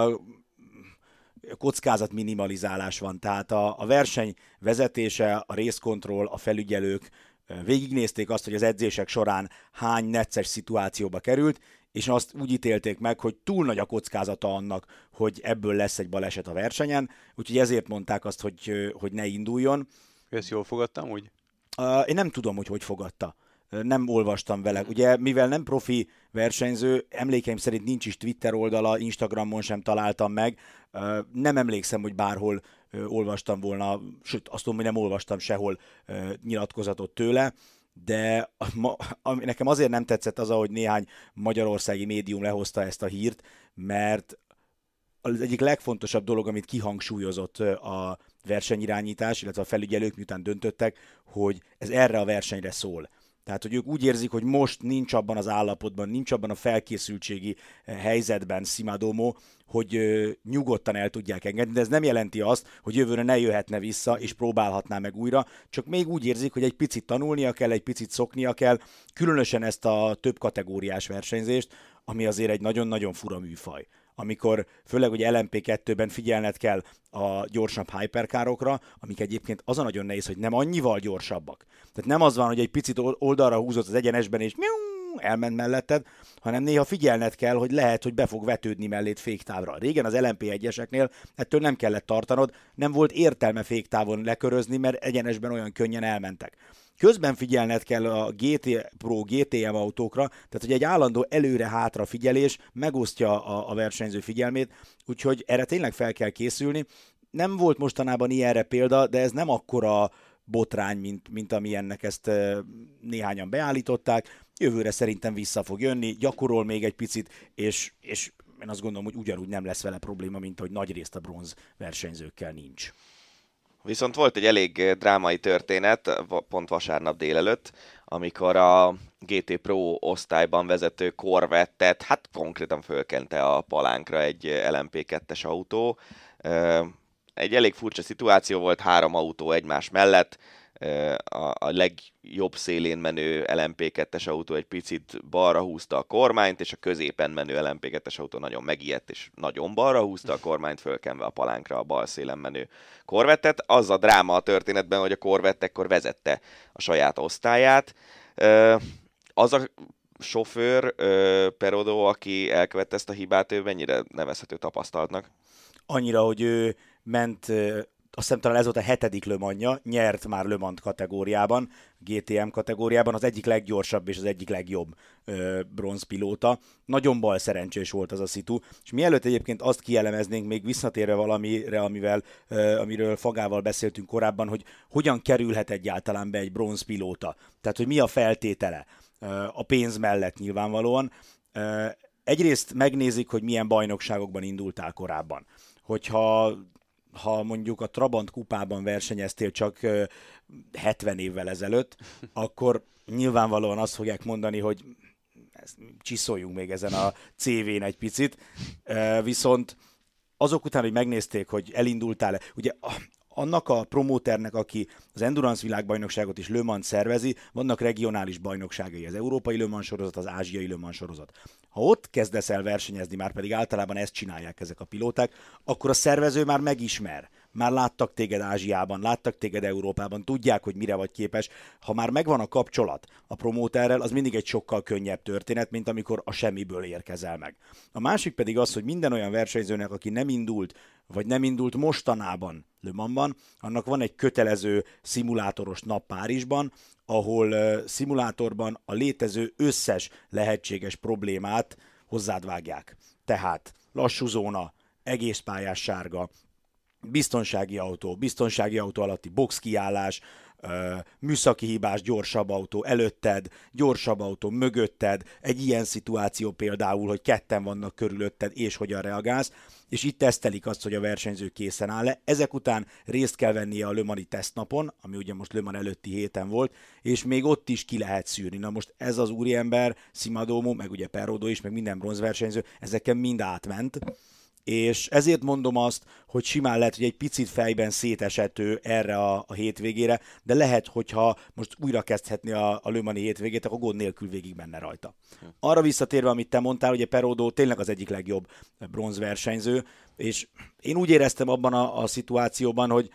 F: kockázat minimalizálás van, tehát a verseny vezetése, a részkontroll, a felügyelők végignézték azt, hogy az edzések során hány necces szituációba került, és azt úgy ítélték meg, hogy túl nagy a kockázata annak, hogy ebből lesz egy baleset a versenyen, úgyhogy ezért mondták azt, hogy ne induljon.
E: Ezt jól fogadtam úgy?
F: Én nem tudom, hogy fogadta. Nem olvastam vele. Ugye, mivel nem profi versenyző, emlékeim szerint nincs is Twitter oldala, Instagramon sem találtam meg. Nem emlékszem, hogy bárhol olvastam volna, sőt, azt tudom, hogy nem olvastam sehol nyilatkozatot tőle, de nekem azért nem tetszett az, ahogy néhány magyarországi médium lehozta ezt a hírt, mert az egyik legfontosabb dolog, amit kihangsúlyozott a versenyirányítás, illetve a felügyelők, miután döntöttek, hogy ez erre a versenyre szól. Tehát, hogy ők úgy érzik, hogy most nincs abban az állapotban, nincs abban a felkészültségi helyzetben Simadomo, hogy nyugodtan el tudják engedni, de ez nem jelenti azt, hogy jövőre ne jöhetne vissza, és próbálhatná meg újra, csak még úgy érzik, hogy egy picit tanulnia kell, egy picit szoknia kell, különösen ezt a több kategóriás versenyzést, ami azért egy nagyon-nagyon fura műfaj. Amikor főleg, hogy LMP2-ben figyelned kell a gyorsabb hyperkárokra, amik egyébként az a nagyon nehéz, hogy nem annyival gyorsabbak. Tehát nem az van, hogy egy picit oldalra húzott az egyenesben, és elment melletted, hanem néha figyelned kell, hogy lehet, hogy be fog vetődni mellét féktávra. Régen az LMP1-eseknél ettől nem kellett tartanod, nem volt értelme féktávon lekörözni, mert egyenesben olyan könnyen elmentek. Közben figyelned kell a GT Pro, GTM autókra, tehát hogy egy állandó előre-hátra figyelés megosztja a versenyző figyelmét, úgyhogy erre tényleg fel kell készülni. Nem volt mostanában ilyenre példa, de ez nem akkora botrány, mint amilyennek ezt néhányan beállították. Jövőre szerintem vissza fog jönni, gyakorol még egy picit, és én azt gondolom, hogy ugyanúgy nem lesz vele probléma, mint hogy nagyrészt a bronz versenyzőkkel nincs.
B: Viszont volt egy elég drámai történet, pont vasárnap délelőtt, amikor a GT Pro osztályban vezető Corvettet, hát konkrétan fölkente a palánkra egy LMP2-es autó. Egy elég furcsa szituáció volt, 3 autó egymás mellett, a legjobb szélén menő LMP2-es autó egy picit balra húzta a kormányt, és a középen menő LMP2-es autó nagyon megijedt, és nagyon balra húzta a kormányt, fölkenve a palánkra a bal szélen menő Corvettet. Az a dráma a történetben, hogy a Corvette ekkor vezette a saját osztályát. Az a sofőr, Perodo, aki elkövette ezt a hibát, ő mennyire nevezhető tapasztaltnak?
F: Annyira, hogy ő ment, azt hiszem talán ez volt a 7. Le Mans-ja, nyert már Le Mans kategóriában, GTM kategóriában, az egyik leggyorsabb és az egyik legjobb bronzpilóta. Nagyon bal szerencsés volt az a szitu, és mielőtt egyébként azt kielemeznénk, még visszatérve valamire, amiről Fagával beszéltünk korábban, hogy hogyan kerülhet egyáltalán be egy bronzpilóta, tehát hogy mi a feltétele a pénz mellett nyilvánvalóan. Egyrészt megnézik, hogy milyen bajnokságokban indultál korábban. Hogyha mondjuk a Trabant kupában versenyeztél csak 70 évvel ezelőtt, akkor nyilvánvalóan azt fogják mondani, hogy csiszoljunk még ezen a CV-n egy picit, viszont azok után, hogy megnézték, hogy elindultál, ugye annak a promóternek, aki az Endurance világbajnokságot és Le Mans szervezi, vannak regionális bajnokságai, az Európai Le Mans sorozat, az Ázsiai Le Mans sorozat. Ha ott kezdesz el versenyezni, már pedig általában ezt csinálják ezek a pilóták, akkor a szervező már megismer. Már láttak téged Ázsiában, láttak téged Európában, tudják, hogy mire vagy képes. Ha már megvan a kapcsolat a promóterrel, az mindig egy sokkal könnyebb történet, mint amikor a semmiből érkezel meg. A másik pedig az, hogy minden olyan versenyzőnek, aki nem indult, vagy nem indult mostanában Le Mansban, annak van egy kötelező szimulátoros nap Párizsban, ahol szimulátorban a létező összes lehetséges problémát hozzád vágják. Tehát lassú zóna, egész pályás sárga, biztonsági autó alatti boxkiállás, műszaki hibás, gyorsabb autó előtted, gyorsabb autó mögötted, egy ilyen szituáció például, hogy ketten vannak körülötted, és hogyan reagálsz, és itt tesztelik azt, hogy a versenyző készen áll-e. Ezek után részt kell vennie a Le Mans-i tesztnapon, ami ugye most Le Mans előtti héten volt, és még ott is ki lehet szűrni. Na most ez az úriember, Simadomo, meg ugye Perodo is, meg minden bronzversenyző, ezeken mind átment, és ezért mondom azt, hogy simán lehet, hogy egy picit fejben szétesető erre a hétvégére, de lehet, hogyha most újra kezdhetné a Le Mans-i hétvégét, akkor gond nélkül végig menne rajta. Arra visszatérve, amit te mondtál, ugye Perodo tényleg az egyik legjobb bronzversenyző, és én úgy éreztem abban a szituációban, hogy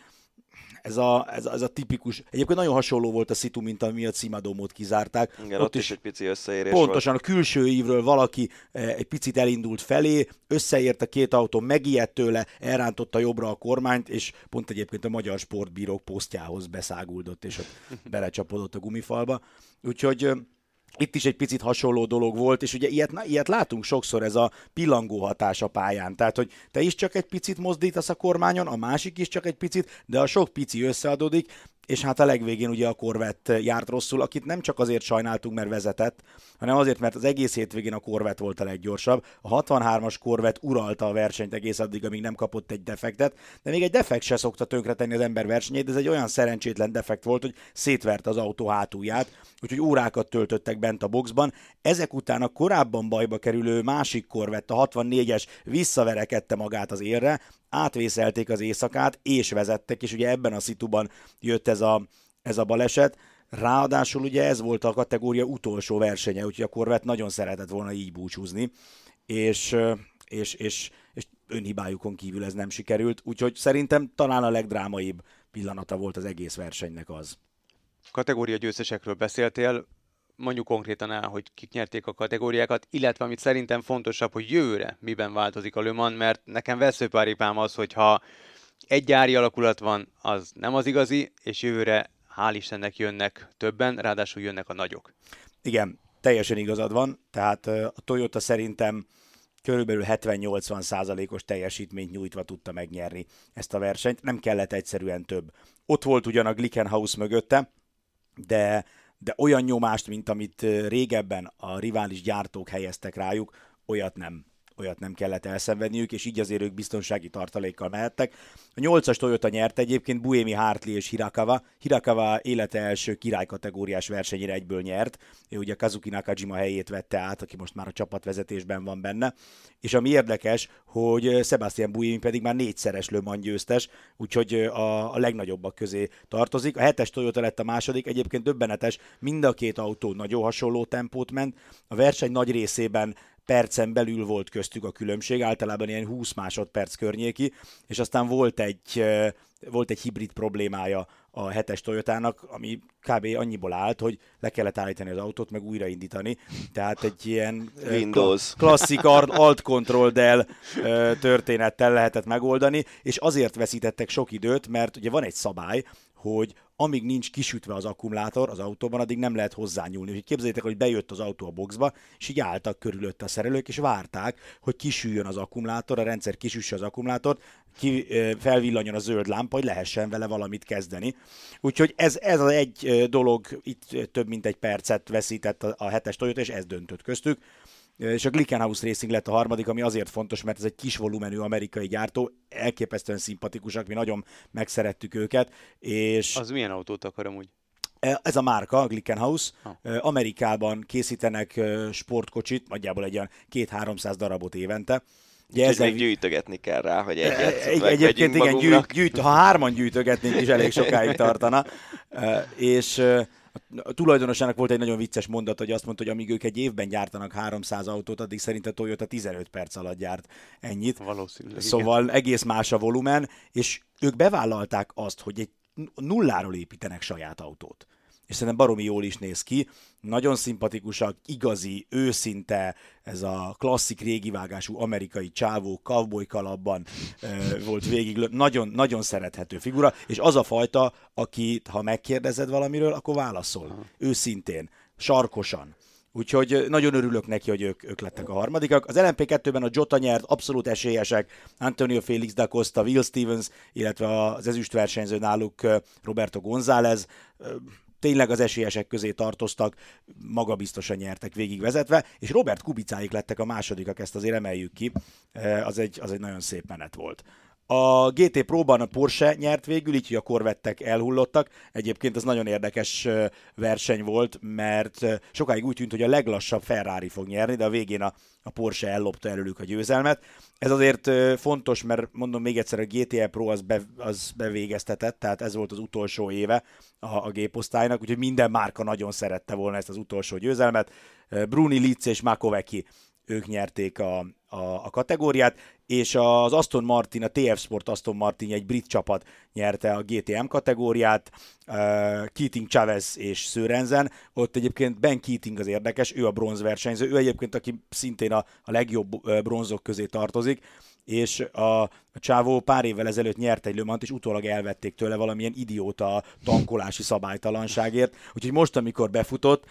F: ez a tipikus, egyébként nagyon hasonló volt a szitu, mint ami a Simadomót kizárták.
B: Igen, ott is egy pici összeérés
F: pontosan
B: volt.
F: A külső ívről valaki egy picit elindult felé, összeért a két autó, megijedt tőle, elrántotta jobbra a kormányt, és pont egyébként a magyar sportbírók posztjához beszáguldott, és ott belecsapodott a gumifalba. Úgyhogy itt is egy picit hasonló dolog volt, és ugye ilyet látunk sokszor, ez a pillangó hatás a pályán. Tehát, hogy te is csak egy picit mozdítasz a kormányon, a másik is csak egy picit, de a sok pici összeadódik, és hát a legvégén ugye a Corvette járt rosszul, akit nem csak azért sajnáltunk, mert vezetett, hanem azért, mert az egész hétvégén a Corvette volt a leggyorsabb. A 63-as Corvette uralta a versenyt egész addig, amíg nem kapott egy defektet, de még egy defekt se szokta tönkretenni az ember versenyét, de ez egy olyan szerencsétlen defekt volt, hogy szétverte az autó hátulját, úgyhogy órákat töltöttek bent a boxban. Ezek után a korábban bajba kerülő másik Corvette, a 64-es visszaverekedte magát az élre, átvészelték az éjszakát, és vezettek, és ugye ebben a szituban jött ez a baleset. Ráadásul ugye ez volt a kategória utolsó versenye, úgyhogy a Corvette nagyon szeretett volna így búcsúzni, és önhibájukon kívül ez nem sikerült, úgyhogy szerintem talán a legdrámaibb pillanata volt az egész versenynek az.
E: Kategória győztesekről beszéltél, mondjuk konkrétan el, hogy kik nyerték a kategóriákat, illetve amit szerintem fontosabb, hogy jövőre miben változik a Le Mans, mert nekem veszőparipám az, hogyha egy gyári alakulat van, az nem az igazi, és jövőre hál' Istennek jönnek többen, ráadásul jönnek a nagyok.
F: Igen, teljesen igazad van, tehát a Toyota szerintem körülbelül 70-80%-os teljesítményt nyújtva tudta megnyerni ezt a versenyt, nem kellett egyszerűen több. Ott volt ugyan a Glickenhaus mögötte, de olyan nyomást, mint amit régebben a rivális gyártók helyeztek rájuk, olyat nem kellett elszenvedniük, és így azért ők biztonsági tartalékkal mehettek. A 8-as Toyota nyert egyébként, Buemi, Hartley és Hirakawa. Hirakawa élete első királykategóriás versenyére egyből nyert. Ő ugye Kazuki Nakajima helyét vette át, aki most már a csapatvezetésben van benne. És ami érdekes, hogy Sebastian Buemi pedig már 4-szeres Le Mans győztes, úgyhogy a legnagyobbak közé tartozik. A 7-es Toyota lett a második, egyébként döbbenetes, mind a két autó nagyon hasonló tempót ment. A verseny nagy részében percen belül volt köztük a különbség, általában ilyen 20 másodperc környéki, és aztán volt egy hibrid problémája a 7-es Toyotának, ami kb. Annyiból állt, hogy le kellett állítani az autót, meg újraindítani. Tehát egy ilyen klasszik alt-control-del történettel lehetett megoldani, és azért veszítettek sok időt, mert ugye van egy szabály, hogy amíg nincs kisütve az akkumulátor az autóban, addig nem lehet hozzányúlni. Úgyhogy képzeljétek, hogy bejött az autó a boxba, és így álltak körülötte a szerelők, és várták, hogy kisüljön az akkumulátor, a rendszer kisüsse az akkumulátort, felvillanjon a zöld lámpa, hogy lehessen vele valamit kezdeni. Úgyhogy ez az egy dolog, itt több mint egy percet veszített a 7-es Toyota, és ez döntött köztük. És a Glickenhaus Racing lett a harmadik, ami azért fontos, mert ez egy kis volumenű amerikai gyártó, elképesztően szimpatikusak, mi nagyon megszerettük őket. És
E: az milyen autót akar amúgy?
F: Ez a márka, a Glickenhaus. Amerikában készítenek sportkocsit, nagyjából egy olyan 200-300 darabot évente.
B: Úgyhogy még gyűjtögetni kell rá, hogy
F: egyébként igen, ha 3-an gyűjtögetnénk is elég sokáig tartana. És a tulajdonosának volt egy nagyon vicces mondat, hogy azt mondta, hogy amíg ők egy évben gyártanak 300 autót, addig szerint a Toyota 15 perc alatt gyárt ennyit.
E: Valószínűleg.
F: Szóval igen. Egész más a volumen, és ők bevállalták azt, hogy egy nulláról építenek saját autót. És szerintem baromi jól is néz ki. Nagyon szimpatikusak, igazi, őszinte, ez a klasszik régivágású amerikai csávó, cowboy kalapban volt végig. Nagyon, nagyon szerethető figura, és az a fajta, aki, ha megkérdezed valamiről, akkor válaszol. Őszintén, sarkosan. Úgyhogy nagyon örülök neki, hogy ők lettek a harmadikak. Az LMP2-ben a Jota nyert, abszolút esélyesek, Antonio Felix da Costa, Will Stevens, illetve az ezüstversenyző náluk Roberto González. Tényleg az esélyesek közé tartoztak, magabiztosan nyertek végigvezetve, és Robert Kubicáik lettek a másodikak, ezt azért emeljük ki, az egy nagyon szép menet volt. A GT Pro-ban a Porsche nyert végül, így hogy a Corvettek elhullottak. Egyébként ez nagyon érdekes verseny volt, mert sokáig úgy tűnt, hogy a leglassabb Ferrari fog nyerni, de a végén a Porsche ellopta előlük a győzelmet. Ez azért fontos, mert mondom még egyszer, a GTE Pro az bevégeztetett, tehát ez volt az utolsó éve a géposztálynak, úgyhogy minden márka nagyon szerette volna ezt az utolsó győzelmet. Bruni, Litz és Makovecki, ők nyerték a kategóriát, és az Aston Martin, a TF Sport Aston Martin, egy brit csapat nyerte a GTM kategóriát, Keating, Chavez és Sörensen. Ott egyébként Ben Keating az érdekes, ő a bronzversenyző, ő egyébként, aki szintén a legjobb bronzok közé tartozik, és a csávó pár évvel ezelőtt nyert egy Le Mans-t, és utólag elvették tőle valamilyen idióta tankolási szabálytalanságért. Úgyhogy most, amikor befutott,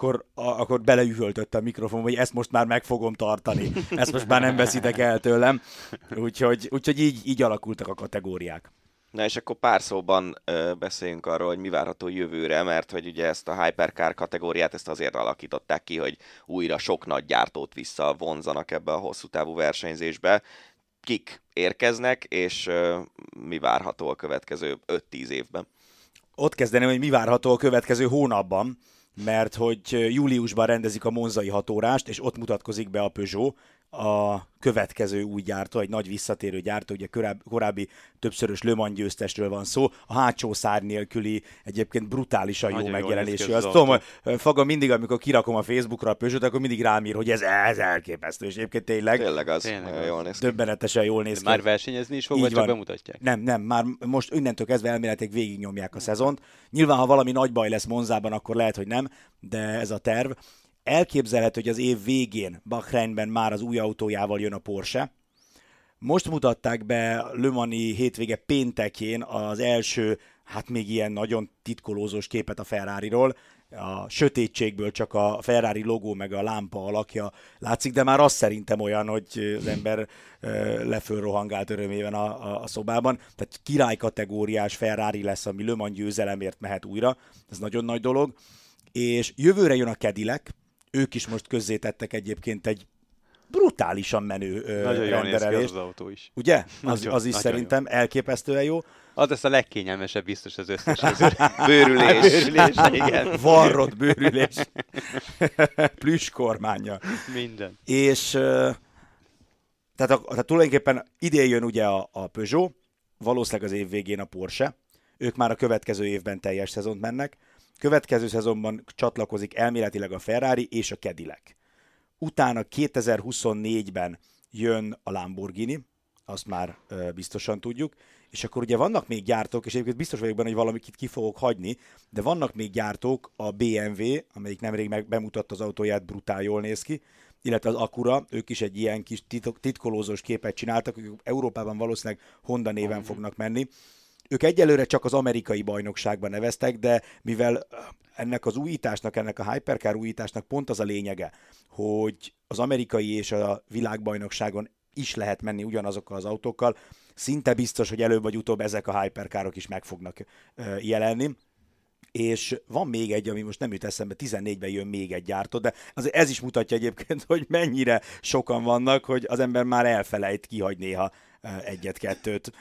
F: akkor beleüvöltött a mikrofonba, hogy ezt most már meg fogom tartani, ezt most már nem veszitek el tőlem. Úgyhogy így alakultak a kategóriák.
B: Na és akkor pár szóban beszéljünk arról, hogy mi várható jövőre, mert hogy ugye ezt a Hypercar kategóriát ezt azért alakították ki, hogy újra sok nagy gyártót visszavonzanak ebbe a hosszú távú versenyzésbe. Kik érkeznek, és mi várható a következő 5-10 évben?
F: Ott kezdeném, hogy mi várható a következő hónapban, mert hogy júliusban rendezik a monzai 6 órást, és ott mutatkozik be a Peugeot, a következő új gyártó, egy nagy visszatérő gyártó, ugye korábbi többszörös Le Mans győztesről van szó, a hátsó szárny nélküli egyébként brutálisan jó megjelenésű. Azt tudom, Faga mindig, amikor kirakom a Facebookra a Peugeot, akkor mindig rám ír, hogy ez elképesztő, és egyébként tényleg
B: az, jól néz ki.
F: Döbbenetesen jól néz ki.
E: Már versenyezni is fog, vagy csak bemutatják?
F: Nem, már most innentől kezdve elméletileg végignyomják a szezont. Nyilván, ha valami nagy baj lesz Monzában, akkor lehet, hogy nem, de ez a terv. Elképzelhető, hogy az év végén Bahreinben már az új autójával jön a Porsche. Most mutatták be Le Mans-i hétvége péntekén az első, hát még ilyen nagyon titkolózós képet a Ferrariról. A sötétségből csak a Ferrari logó meg a lámpa alakja látszik, de már az szerintem olyan, hogy az ember lefölrohangált örömében a szobában. Tehát királykategóriás Ferrari lesz, ami Le Mans győzelemért mehet újra. Ez nagyon nagy dolog. És jövőre jön a Cadillac. Ők is most közzétettek egyébként egy brutálisan menő
E: nagyon
F: renderelést.
E: Nagyon jól néz ki az autó is.
F: Ugye? Az is szerintem jó. Elképesztően jó.
E: Az lesz a legkényelmesebb biztos az összes közül.
B: Bőrülés.
E: Igen.
F: Varrott bőrülés. Plüss kormánya.
E: Minden.
F: És tehát tulajdonképpen idén jön ugye a Peugeot, valószínűleg az év végén a Porsche. Ők már a következő évben teljes szezont mennek. Következő szezonban csatlakozik elméletileg a Ferrari és a Cadillac. utána 2024-ben jön a Lamborghini, azt már biztosan tudjuk, és akkor ugye vannak még gyártók, és egyébként biztos vagyok benne, hogy valamit ki fogok hagyni, de vannak még gyártók, a BMW, amelyik nemrég bemutatta az autóját, brutál jól néz ki, illetve az Acura, ők is egy ilyen kis titkolózós képet csináltak, ők Európában valószínűleg Honda néven fognak menni. Ők egyelőre csak az amerikai bajnokságban neveztek, de mivel ennek az újításnak, ennek a Hypercar újításnak pont az a lényege, hogy az amerikai és a világbajnokságon is lehet menni ugyanazokkal az autókkal, szinte biztos, hogy előbb vagy utóbb ezek a Hypercarok is meg fognak jelenni. És van még egy, ami most nem jut eszembe, 14-ben jön még egy gyártó, de ez is mutatja egyébként, hogy mennyire sokan vannak, hogy az ember már elfelejt kihagy néha egyet-kettőt.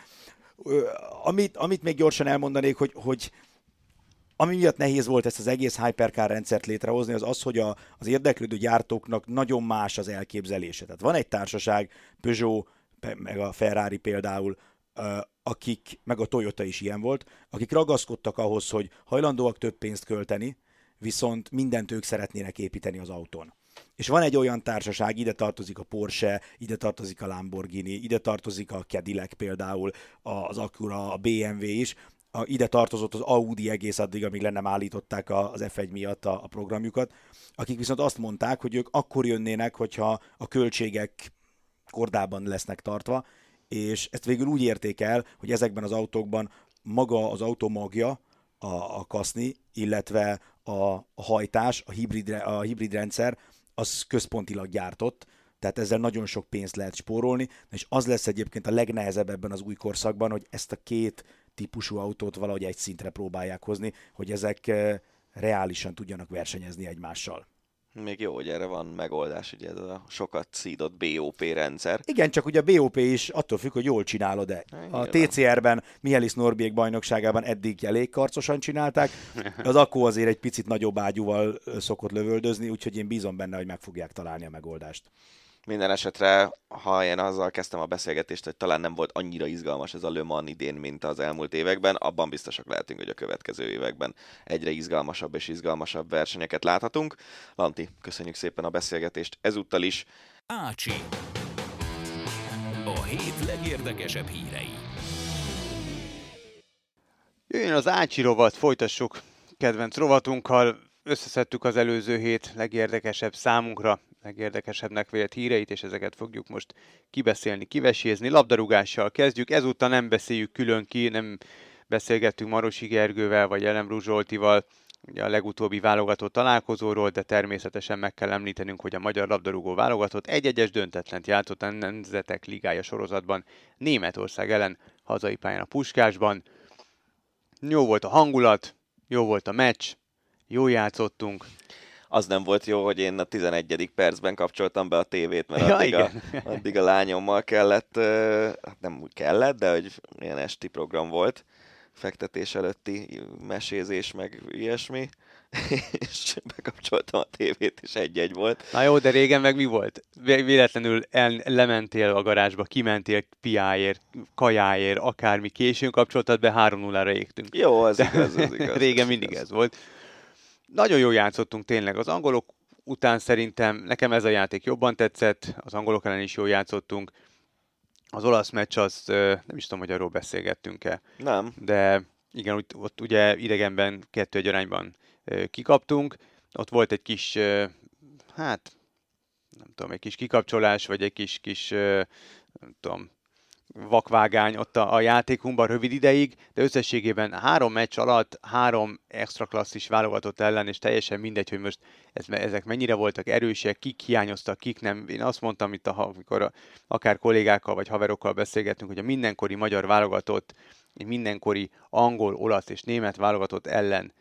F: Amit még gyorsan elmondanék, hogy ami miatt nehéz volt ezt az egész Hypercar rendszert létrehozni, az, hogy az érdeklődő gyártóknak nagyon más az elképzelése. Tehát van egy társaság, Peugeot, meg a Ferrari például, akik, meg a Toyota is ilyen volt, akik ragaszkodtak ahhoz, hogy hajlandóak több pénzt költeni, viszont mindent ők szeretnének építeni az autón. És van egy olyan társaság, ide tartozik a Porsche, ide tartozik a Lamborghini, ide tartozik a Cadillac például, az Acura, a BMW is, ide tartozott az Audi egész addig, amíg le nem állították az F1 miatt a programjukat, akik viszont azt mondták, hogy ők akkor jönnének, hogyha a költségek kordában lesznek tartva, és ezt végül úgy érték el, hogy ezekben az autókban maga az autó magja, a kaszni, illetve a hajtás, a hibrid rendszer, az központilag gyártott, tehát ezzel nagyon sok pénzt lehet spórolni, és az lesz egyébként a legnehezebb ebben az új korszakban, hogy ezt a két típusú autót valahogy egy szintre próbálják hozni, hogy ezek reálisan tudjanak versenyezni egymással.
B: Még jó, hogy erre van megoldás, ugye ez a sokat szídott BOP rendszer.
F: Igen, csak ugye a BOP is attól függ, hogy jól csinálod-e. A TCR-ben, Mihály Norbiék bajnokságában eddig elég karcosan csinálták, az Akko azért egy picit nagyobb ágyúval szokott lövöldözni, úgyhogy én bízom benne, hogy meg fogják találni a megoldást.
B: Minden esetre, ha én azzal kezdtem a beszélgetést, hogy talán nem volt annyira izgalmas ez a Le Mans idén, mint az elmúlt években, abban biztosak lehetünk, hogy a következő években egyre izgalmasabb és izgalmasabb versenyeket láthatunk. Lanti, köszönjük szépen a beszélgetést ezúttal is.
A: Ácsi. A hét legérdekesebb hírei.
E: Jöjjön az Ácsi rovat, folytassuk kedvenc rovatunkkal. Összeszedtük az előző hét legérdekesebb számunkra, legérdekesebbnek vélt híreit, és ezeket fogjuk most kibeszélni, kivesézni. Labdarúgással kezdjük, ezúttal nem beszéljük külön ki, nem beszélgettünk Marosi Gergővel vagy Ellenbrú Zsoltival ugye a legutóbbi válogatott találkozóról, de természetesen meg kell említenünk, hogy a magyar labdarúgó válogatott egy-egyes döntetlent játszott a Nemzetek Ligája sorozatban Németország ellen hazai pályán a Puskásban. Jó volt a hangulat, jó volt a meccs, jól játszottunk.
B: Az nem volt jó, hogy én a 11. percben kapcsoltam be a tévét, mert addig a lányommal kellett, nem úgy kellett, de hogy ilyen esti program volt, fektetés előtti mesézés, meg ilyesmi, és bekapcsoltam a tévét, és 1-1 volt.
E: Na jó, de régen meg mi volt? Véletlenül lementél a garázsba, kimentél piáért, kajáért, akármi, későn kapcsoltad be, 3-0-ra égtünk.
B: Jó, az igaz.
E: Régen mindig ez volt. Nagyon jól játszottunk tényleg. Az angolok után szerintem nekem ez a játék jobban tetszett, az angolok ellen is jól játszottunk. Az olasz meccs, az nem is tudom, hogy arról beszélgettünk-e.
B: Nem.
E: De igen, ott ugye idegenben 2-1 arányban kikaptunk. Ott volt egy kis, hát nem tudom, egy kis kikapcsolás, vagy egy kis nem tudom, vakvágány ott a játékunkban rövid ideig, de összességében 3 meccs alatt 3 extra klasszis válogatott ellen, és teljesen mindegy, hogy most ezek mennyire voltak erősek, kik hiányoztak, kik nem. Én azt mondtam itt, amikor akár kollégákkal vagy haverokkal beszélgettünk, hogy a mindenkori magyar válogatott, egy mindenkori angol, olasz és német válogatott ellen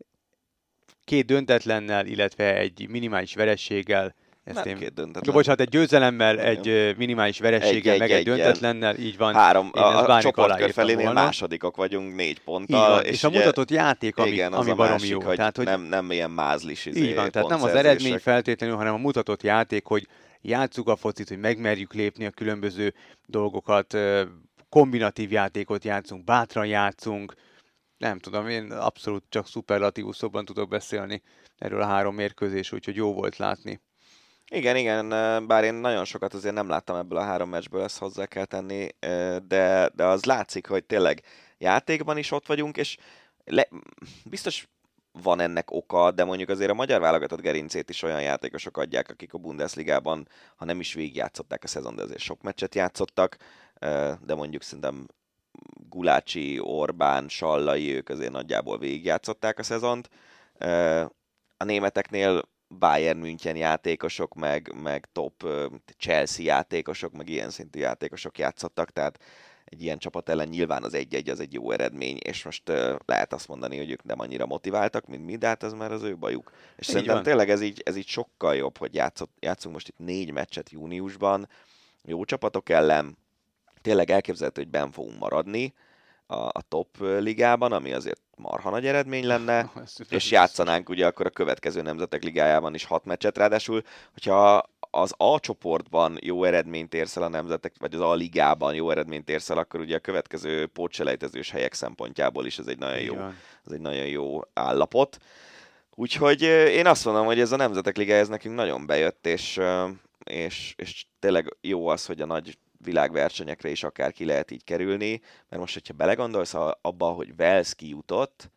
E: 2 döntetlennel, illetve egy minimális vereséggel, bocsánat, egy győzelemmel, egy minimális vereséggel, meg egy döntetlennel, így van.
B: 3, a csoportkör felénél másodikok vagyunk 4 ponttal.
E: És a mutatott játék, ami baromi jó.
B: Tehát, hogy nem ilyen mázlis
E: így van, tehát nem az eredmény feltétlenül, hanem a mutatott játék, hogy játsszuk a focit, hogy megmerjük lépni a különböző dolgokat, kombinatív játékot játszunk, bátran játszunk. Nem tudom, én abszolút csak szuperlatívus szóban tudok beszélni erről a 3 mérkőzés, úgyhogy jó volt látni.
B: Igen, bár én nagyon sokat azért nem láttam ebből a 3 meccsből, ezt hozzá kell tenni, de az látszik, hogy tényleg játékban is ott vagyunk, és biztos van ennek oka, de mondjuk azért a magyar válogatott gerincét is olyan játékosok adják, akik a Bundesligában, ha nem is végigjátszották a szezon, de azért sok meccset játszottak, de mondjuk szerintem Gulácsi, Orbán, Sallai, ők azért nagyjából végigjátszották a szezont. A németeknél Bayern München játékosok, meg top Chelsea játékosok, meg ilyen szintű játékosok játszottak, tehát egy ilyen csapat ellen nyilván az 1-1 az egy jó eredmény, és most lehet azt mondani, hogy ők nem annyira motiváltak, mint mi, de hát ez már az ő bajuk. És szerintem tényleg ez így sokkal jobb, hogy játszunk most itt 4 meccset júniusban, jó csapatok ellen, tényleg elképzelhető, hogy benn fogunk maradni a top ligában, ami azért marha nagy eredmény lenne, és játszanánk ugye akkor a következő nemzetek ligájában is 6 meccset, ráadásul, hogyha az A csoportban jó eredményt érsz el a nemzetek, vagy az A ligában jó eredményt érsz el, akkor ugye a következő pótselejtezős helyek szempontjából is ez egy nagyon jó állapot. Úgyhogy én azt mondom, hogy ez a nemzetek ligája ez nekünk nagyon bejött, és tényleg jó az, hogy a nagy világversenyekre is akár ki lehet így kerülni, mert most, hogyha belegondolsz abba, hogy Wales kijutott,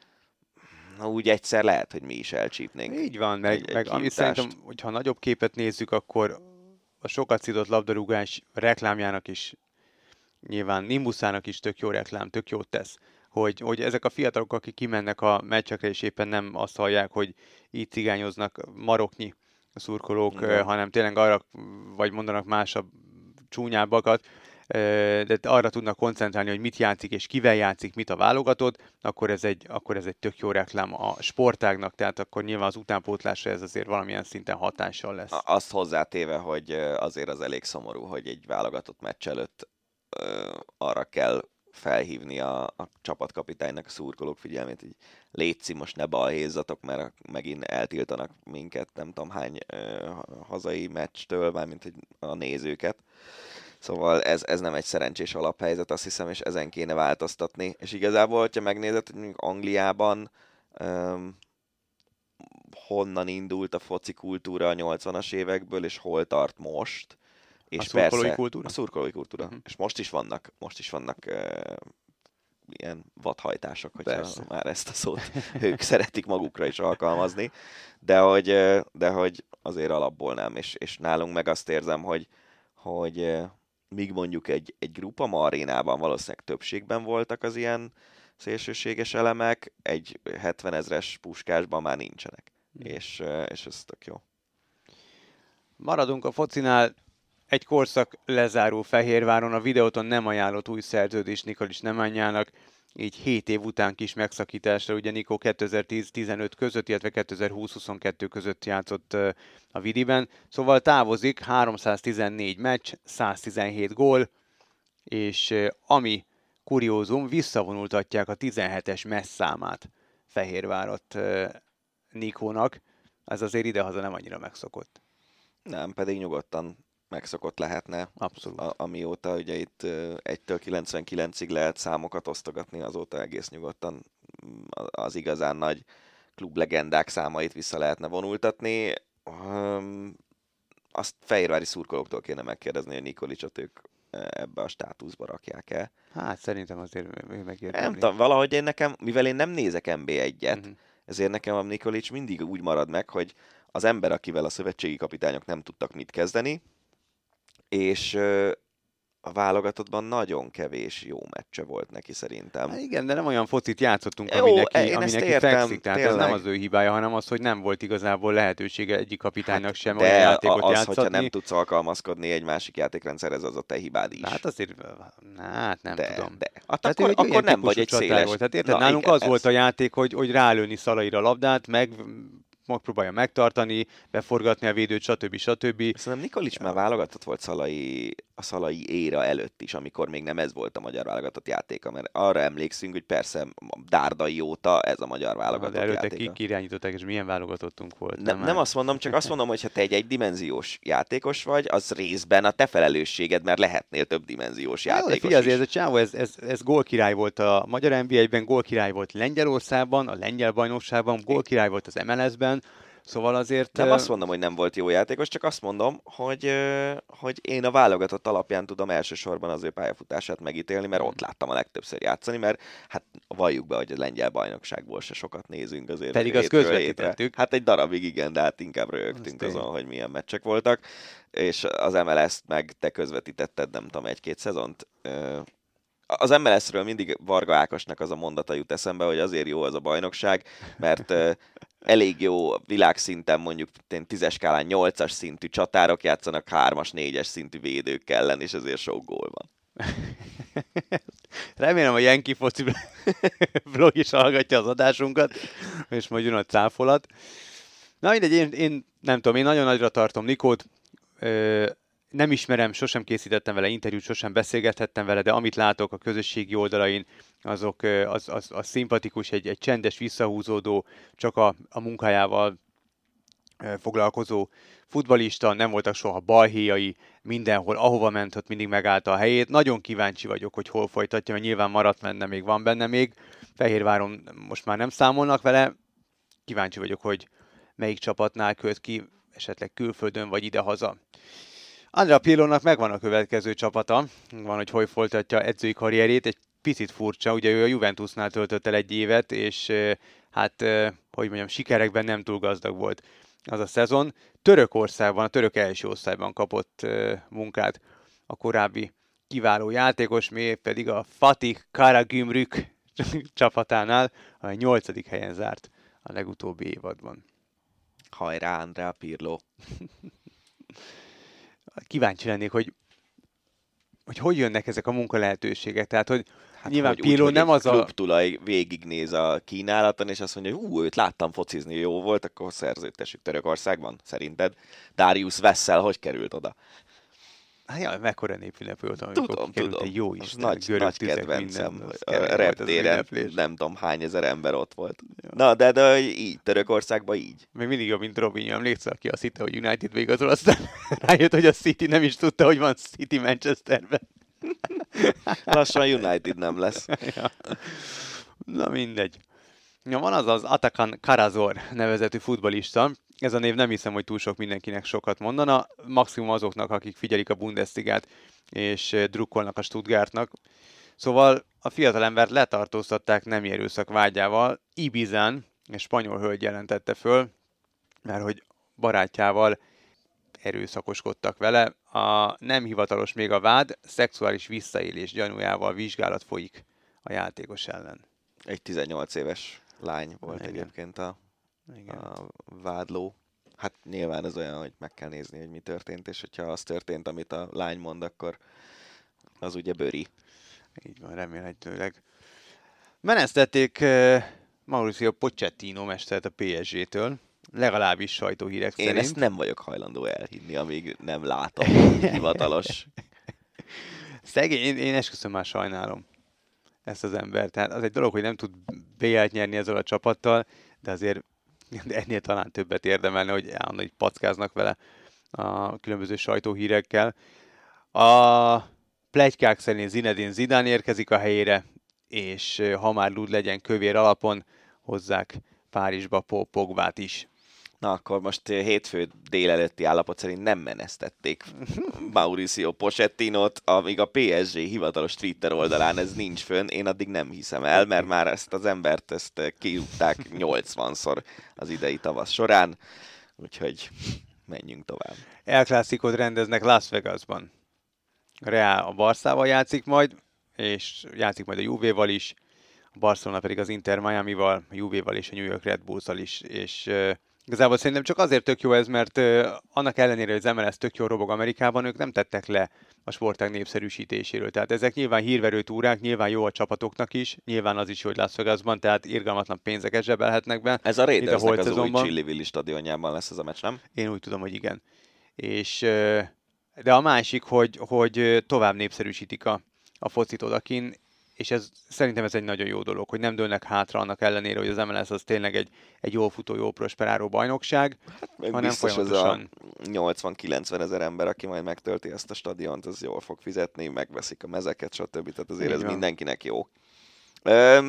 B: úgy egyszer lehet, hogy mi is elcsípnénk.
E: Így van, meg amit szerintem, hogyha nagyobb képet nézzük, akkor a sokat szidott labdarúgás reklámjának is, nyilván Nimbuszának is tök jó reklám, tök jót tesz. Hogy ezek a fiatalok, akik kimennek a meccsekre, és éppen nem azt hallják, hogy így cigányoznak maroknyi szurkolók, hanem tényleg arra, vagy mondanak másabb csúnyábbakat, de arra tudnak koncentrálni, hogy mit játszik és kivel játszik, mit a válogatott, akkor ez egy tök jó reklám a sportágnak, tehát akkor nyilván az utánpótlásra ez azért valamilyen szinten hatással lesz.
B: Azt hozzátéve, hogy azért az elég szomorú, hogy egy válogatott meccs előtt arra kell felhívni a csapatkapitánynak a szurkolók figyelmét, hogy létszi, most ne balhézzatok, mert megint eltiltanak minket, nem tudom hány hazai meccstől, mármint a nézőket. Szóval ez nem egy szerencsés alaphelyzet, azt hiszem, és ezen kéne változtatni. És igazából, hogyha megnézed, hogy mondjuk Angliában honnan indult a foci kultúra a 80-as évekből, és hol tart most, és
E: a szurkolói kultúra?
B: A szurkolói kultúra. És most is vannak ilyen vadhajtások, hogyha már ezt a szót ők szeretik magukra is alkalmazni, de hogy azért alapból nem, és nálunk meg azt érzem, hogy míg mondjuk egy Groupama arénában valószínűleg többségben voltak az ilyen szélsőséges elemek, egy 70 000-es Puskásban már nincsenek. És ez tök jó.
E: Maradunk a focinál. Egy korszak lezáró Fehérváron, a Videóton nem ajánlott új szerződés Nikolić Nemanja-nak, így 7 év után kis megszakításra, ugye Nikó 2010-15 között, illetve 2020-22 között játszott a Vidiben, szóval távozik, 314 meccs, 117 gól, és ami kuriózum, visszavonultatják a 17-es messzámát Fehérvárat Nikónak, ez azért idehaza nem annyira megszokott.
B: Nem, pedig nyugodtan megszokott lehetne.
E: Abszolút.
B: Amióta ugye itt 1-től 99-ig lehet számokat osztogatni, azóta egész nyugodtan az igazán nagy klublegendák számait vissza lehetne vonultatni. Azt fehérvári szurkolóktól kéne megkérdezni, hogy Nikolićot ők ebbe a státuszba rakják-e.
E: Hát szerintem azért megérdemelni.
B: Nem tudom, valahogy mivel én nem nézek NB1-et, ezért nekem a Nikolić mindig úgy marad meg, hogy az ember, akivel a szövetségi kapitányok nem tudtak mit kezdeni, és a válogatottban nagyon kevés jó meccse volt neki szerintem.
E: Hát igen, de nem olyan focit játszottunk, ami neki fekszik, tehát
B: tényleg.
E: Ez nem az ő hibája, hanem az, hogy nem volt igazából lehetősége egyik kapitánynak sem olyan játékot játszatni.
B: Hogyha nem tudsz alkalmazkodni egy másik játékrendszerhez, az a te hibád is.
E: Hát azért, nem tudom.
B: De. Akkor nem vagy egy széles.
E: Volt. Hát érted, nálunk igen, az volt a játék, hogy rálőni Szalaira a labdát, megpróbálja megtartani, beforgatni a védőt, stb.
B: Szerintem Nikolić már válogatott volt a Szalai éra előtt is, amikor még nem ez volt a magyar válogatott játéka, mert arra emlékszünk, hogy persze Dárdai óta ez a magyar válogatott játéka.
E: De előtte kirányították, és milyen válogatottunk volt.
B: Nem azt mondom, csak azt mondom, hogy ha te egy egydimenziós játékos vagy, az részben a te felelősséged, mert lehetnél több dimenziós játékos is.
E: Figyelj, ez a csávó, ez gólkirály volt a magyar NBA-ben, gólkirály volt Lengyelországban, a lengyel bajnokságban, gólkirály volt az MLS-ben, Szóval azért...
B: Nem azt mondom, hogy nem volt jó játékos, csak azt mondom, hogy én a válogatott alapján tudom elsősorban az ő pályafutását megítélni, mert ott láttam a legtöbbször játszani, mert hát valljuk be, hogy a lengyel bajnokságból se sokat nézünk azért.
E: Pedig azt közvetítettük.
B: Hát egy darabig igen, de hát inkább röhögtünk azon, hogy milyen meccsek voltak, és az MLS-t meg te közvetítetted, nem tudom, 1-2 szezont. Az MLS-ről mindig Varga Ákosnak az a mondata jut eszembe, hogy azért jó az a bajnokság, mert elég jó világszinten, mondjuk 10-es skálán 8-as szintű csatárok játszanak 3-as, 4-es szintű védők ellen, és ezért sok gól van.
E: Remélem a Yankee foci vlog is hallgatja az adásunkat, és majd jön a cáfolat. Na mindegy, én nem tudom, én nagyon nagyra tartom Nikót, nem ismerem, sosem készítettem vele interjút, sosem beszélgethettem vele, de amit látok a közösségi oldalain, az szimpatikus, egy csendes, visszahúzódó, csak a munkájával foglalkozó futballista, nem voltak soha balhéjai, mindenhol, ahova ment, ott mindig megállta a helyét. Nagyon kíváncsi vagyok, hogy hol folytatja, mert nyilván maradt benne még, van benne még. Fehérváron most már nem számolnak vele. Kíváncsi vagyok, hogy melyik csapatnál köt ki, esetleg külföldön vagy idehaza. Andrea Pirlónak megvan a következő csapata, van, hogy folytatja edzői karrierét, egy picit furcsa, ugye ő a Juventusnál töltött el egy évet, és hát, hogy mondjam, sikerekben nem túl gazdag volt az a szezon. Törökországban, a török első osztályban kapott munkát a korábbi kiváló játékos, mi pedig a Fatih Karagümrük csapatánál, a 8. helyen zárt a legutóbbi évadban.
B: Hajrá, Andrea Pirlo!
E: Kíváncsi lennék, hogy jönnek ezek a munkalehetőségek. Tehát, hogy
B: hát
E: nyilván
B: hogy
E: Pirlo
B: úgy,
E: nem az a...
B: klubtulaj végignéz a kínálaton, és azt mondja, hogy őt láttam focizni, jó volt, akkor szerződtessük Törökországban, szerinted? Darius Vessel hogy került oda?
E: Hát jaj, mekkora népünnep volt, amikor
B: Tudom.
E: egy jó Isten,
B: Nagy kedvencem. A reptéren nem tudom hány ezer ember ott volt. Ja. Na, de így, Törökországban így.
E: Még mindig jobb, mint Robinho, emlékszel, aki azt hitte, hogy United végazol, aztán rájött, hogy a City nem is tudta, hogy van City Manchesterben.
B: Lassan United nem lesz.
E: Ja. Na mindegy. Ja, van az Atakan Karazor nevezetű futballista. Ez a név nem hiszem, hogy túl sok mindenkinek sokat mondana. Maximum azoknak, akik figyelik a Bundesligát és drukkolnak a Stuttgartnak. Szóval a fiatalembert letartóztatták nemi erőszak vágyával. Ibizán, egy spanyol hölgy jelentette föl, mert hogy barátjával erőszakoskodtak vele. A nem hivatalos még a vád, szexuális visszaélés gyanújával vizsgálat folyik a játékos ellen.
B: Egy 18 éves lány volt egyébként a vádló. Hát nyilván ez olyan, hogy meg kell nézni, hogy mi történt, és hogyha az történt, amit a lány mond, akkor az ugye bőri.
E: Így van, remélhetőleg. Menesztették Mauricio Pochettino mestert a PSG-től, legalábbis sajtóhírek szerint.
B: Én ezt nem vagyok hajlandó elhinni, amíg nem látom hivatalos.
E: Szegény, én esküszöm, már sajnálom ezt az embert. Tehát az egy dolog, hogy nem tud BL-t nyerni ezzel a csapattal, de azért ennél talán többet érdemelne, hogy állandóan így packáznak vele a különböző sajtóhírekkel. A pletykák szerint Zinedine Zidane érkezik a helyére, és ha már lúd legyen kövér alapon, hozzák Párizsba Paul Pogbát is.
B: Na akkor most hétfő délelőtti állapot szerint nem menesztették Mauricio Pochettinót, amíg a PSG hivatalos Twitter oldalán ez nincs fönn, én addig nem hiszem el, mert már ezt az embert kirúgták 80-szor az idei tavasz során, úgyhogy menjünk tovább.
E: El Clásicót rendeznek Las Vegasban. Real a Barszával játszik majd, és játszik majd a Juvéval is, a Barcelona pedig az Inter Miamival, a Juvéval és a New York Red Bulls-al is, és igazából szerintem csak azért tök jó ez, mert annak ellenére, hogy az MLS tök jó robog Amerikában, ők nem tettek le a sportág népszerűsítéséről. Tehát ezek nyilván hírverő túrák, nyilván jó a csapatoknak is, nyilván az is, hogy Las Vegasban, tehát irgalmatlan pénzeket zsebelhetnek be.
B: Ez a Raidersnek az új Chili-Willy stadionjában lesz ez a meccs, nem?
E: Én úgy tudom, hogy igen. És, de a másik, hogy tovább népszerűsítik a focit odakin, és szerintem ez egy nagyon jó dolog, hogy nem dőlnek hátra annak ellenére, hogy az MLS az tényleg egy jól futó, jól prosperáló bajnokság, hanem
B: biztos
E: folyamatosan...
B: ez a 80-90 ezer ember, aki majd megtölti ezt a stadiont, az jól fog fizetni, megveszik a mezeket, stb. Tehát azért ez mindenkinek jó.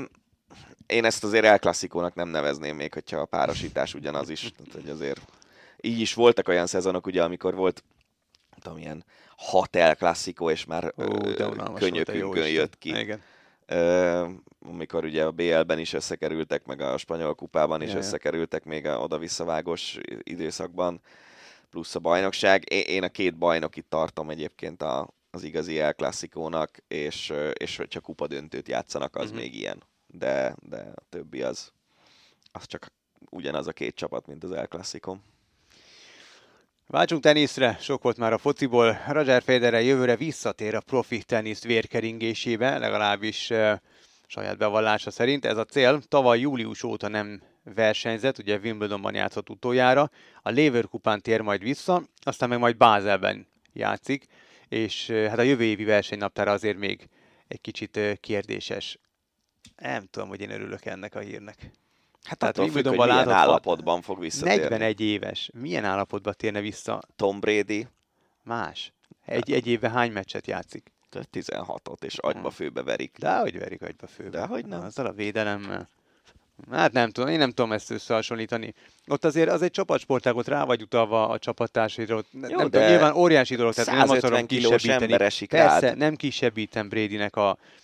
B: én ezt azért El Clasicónak nem nevezném még, hogyha a párosítás ugyanaz is. Tehát, hogy azért így is voltak olyan szezonok, ugye, amikor volt tudom, ilyen 6 El Clasico, és már könnyökünkön jött ki.
E: Igen.
B: Amikor ugye a BL-ben is összekerültek, meg a spanyol kupában is összekerültek még a oda-visszavágós időszakban, plusz a bajnokság. Én a 2 bajnokit tartom egyébként az igazi El Clasicónak, és hogyha kupadöntőt játszanak, az még ilyen. De a többi az csak ugyanaz a 2 csapat, mint az El Clasico.
E: Váltsunk teniszre, sok volt már a fociból. Roger Federer jövőre visszatér a profi tenisz vérkeringésébe, legalábbis saját bevallása szerint. Ez a cél. Tavaly július óta nem versenyzett, ugye Wimbledonban játszott utoljára. A Lever kupán tér majd vissza, aztán meg majd Baselben játszik, és hát a jövő évi versenynaptára azért még egy kicsit kérdéses. Nem tudom, hogy én örülök ennek a hírnek.
B: Hát attól függ, hogy milyen állapotban fog visszatérni.
E: 41 éves. Milyen állapotban térne vissza?
B: Tom Brady.
E: Más. Egy évben hány meccset játszik?
B: 16-ot, és agyba főbe verik.
E: Dehogy verik agyba főbe.
B: Dehogy nem.
E: Azzal a védelemmel. Hát nem tudom, én nem tudom ezt összehasonlítani. Ott azért az egy csapatsportágot rá vagy utalva a csapattársaidra. Nem tudom, nyilván óriási dolog, tehát nem akarom kisebbíteni. Persze, nem kisebbítem Bradynek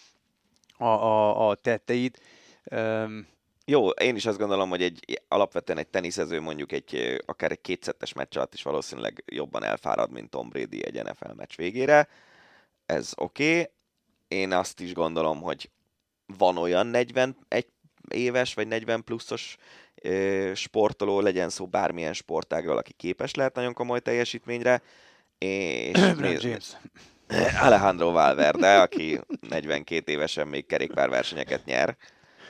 E: a tetteit.
B: Jó, én is azt gondolom, hogy alapvetően egy teniszező mondjuk akár egy 2 szettes meccs alatt is valószínűleg jobban elfárad, mint Tom Brady egy NFL meccs végére. Ez oké. Én azt is gondolom, hogy van olyan 41 éves vagy 40 pluszos sportoló, legyen szó bármilyen sportágról, aki képes lehet nagyon komoly teljesítményre. És
E: James.
B: Alejandro Valverde, aki 42 évesen még kerékpárversenyeket nyer.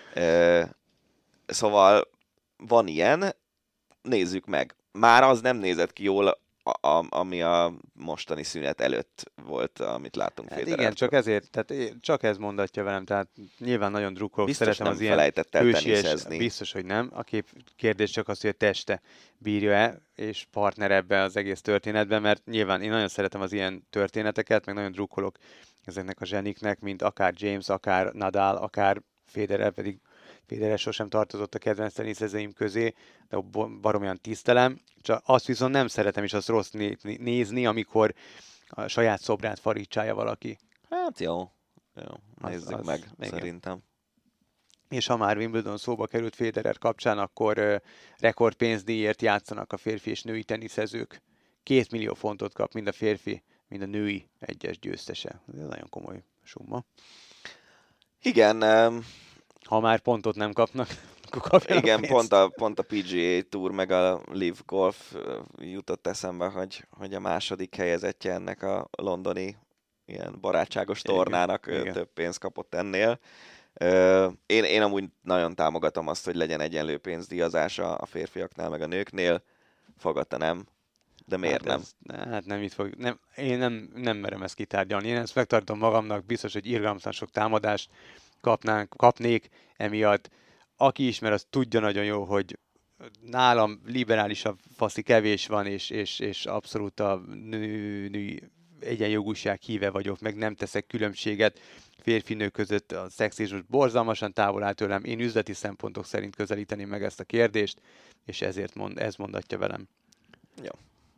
B: Szóval van ilyen, nézzük meg. Már az nem nézett ki jól, ami a mostani szünet előtt volt, amit láttunk Federertől.
E: Igen, csak ezért, tehát csak ez mondatja velem, tehát nyilván nagyon drukkolok, szeretem az ilyen
B: hősies,
E: biztos, hogy nem. A kérdés csak az, hogy a teste bírja-e, és partner ebben az egész történetben, mert nyilván én nagyon szeretem az ilyen történeteket, meg nagyon drukkolok ezeknek a zseniknek, mint akár James, akár Nadal, akár Federer, pedig Federer sosem tartozott a kedvenc teniszezőim közé, de baromolyan tisztelem. Csak azt viszont nem szeretem, és azt rossz nézni, amikor a saját szobrát farítsája valaki.
B: Hát jó. Nézzük meg, igen. Szerintem.
E: És ha már Wimbledon szóba került Federer kapcsán, akkor rekordpénzdíjért játszanak a férfi és női teniszezők. 2 millió fontot kap mind a férfi, mind a női egyes győztese. Ez nagyon komoly summa.
B: Igen.
E: Ha már pontot nem kapnak, akkor kapjanak
B: igen,
E: pénzt.
B: pont a PGA Tour meg a Live Golf jutott eszembe, hogy a második helyezettje ennek a londoni ilyen barátságos tornának
E: igen.
B: több pénzt kapott ennél. Én amúgy nagyon támogatom azt, hogy legyen egyenlő pénzdíjazása a férfiaknál meg a nőknél. Fogadta nem. De miért nem?
E: Nem itt fog. Én nem merem ezt kitárgyalni. Én ezt megtartom magamnak, biztos, hogy irgalmatlan sok támadást kapnék emiatt. Aki ismer, az tudja nagyon jó, hogy nálam liberálisabb faszi kevés van, és abszolút a női egyenjogúság híve vagyok, meg nem teszek különbséget férfi-nő között, a szexizmus borzalmasan távol áll tőlem. Én üzleti szempontok szerint közelíteném meg ezt a kérdést, és ezért ez mondatja velem.
B: Jó.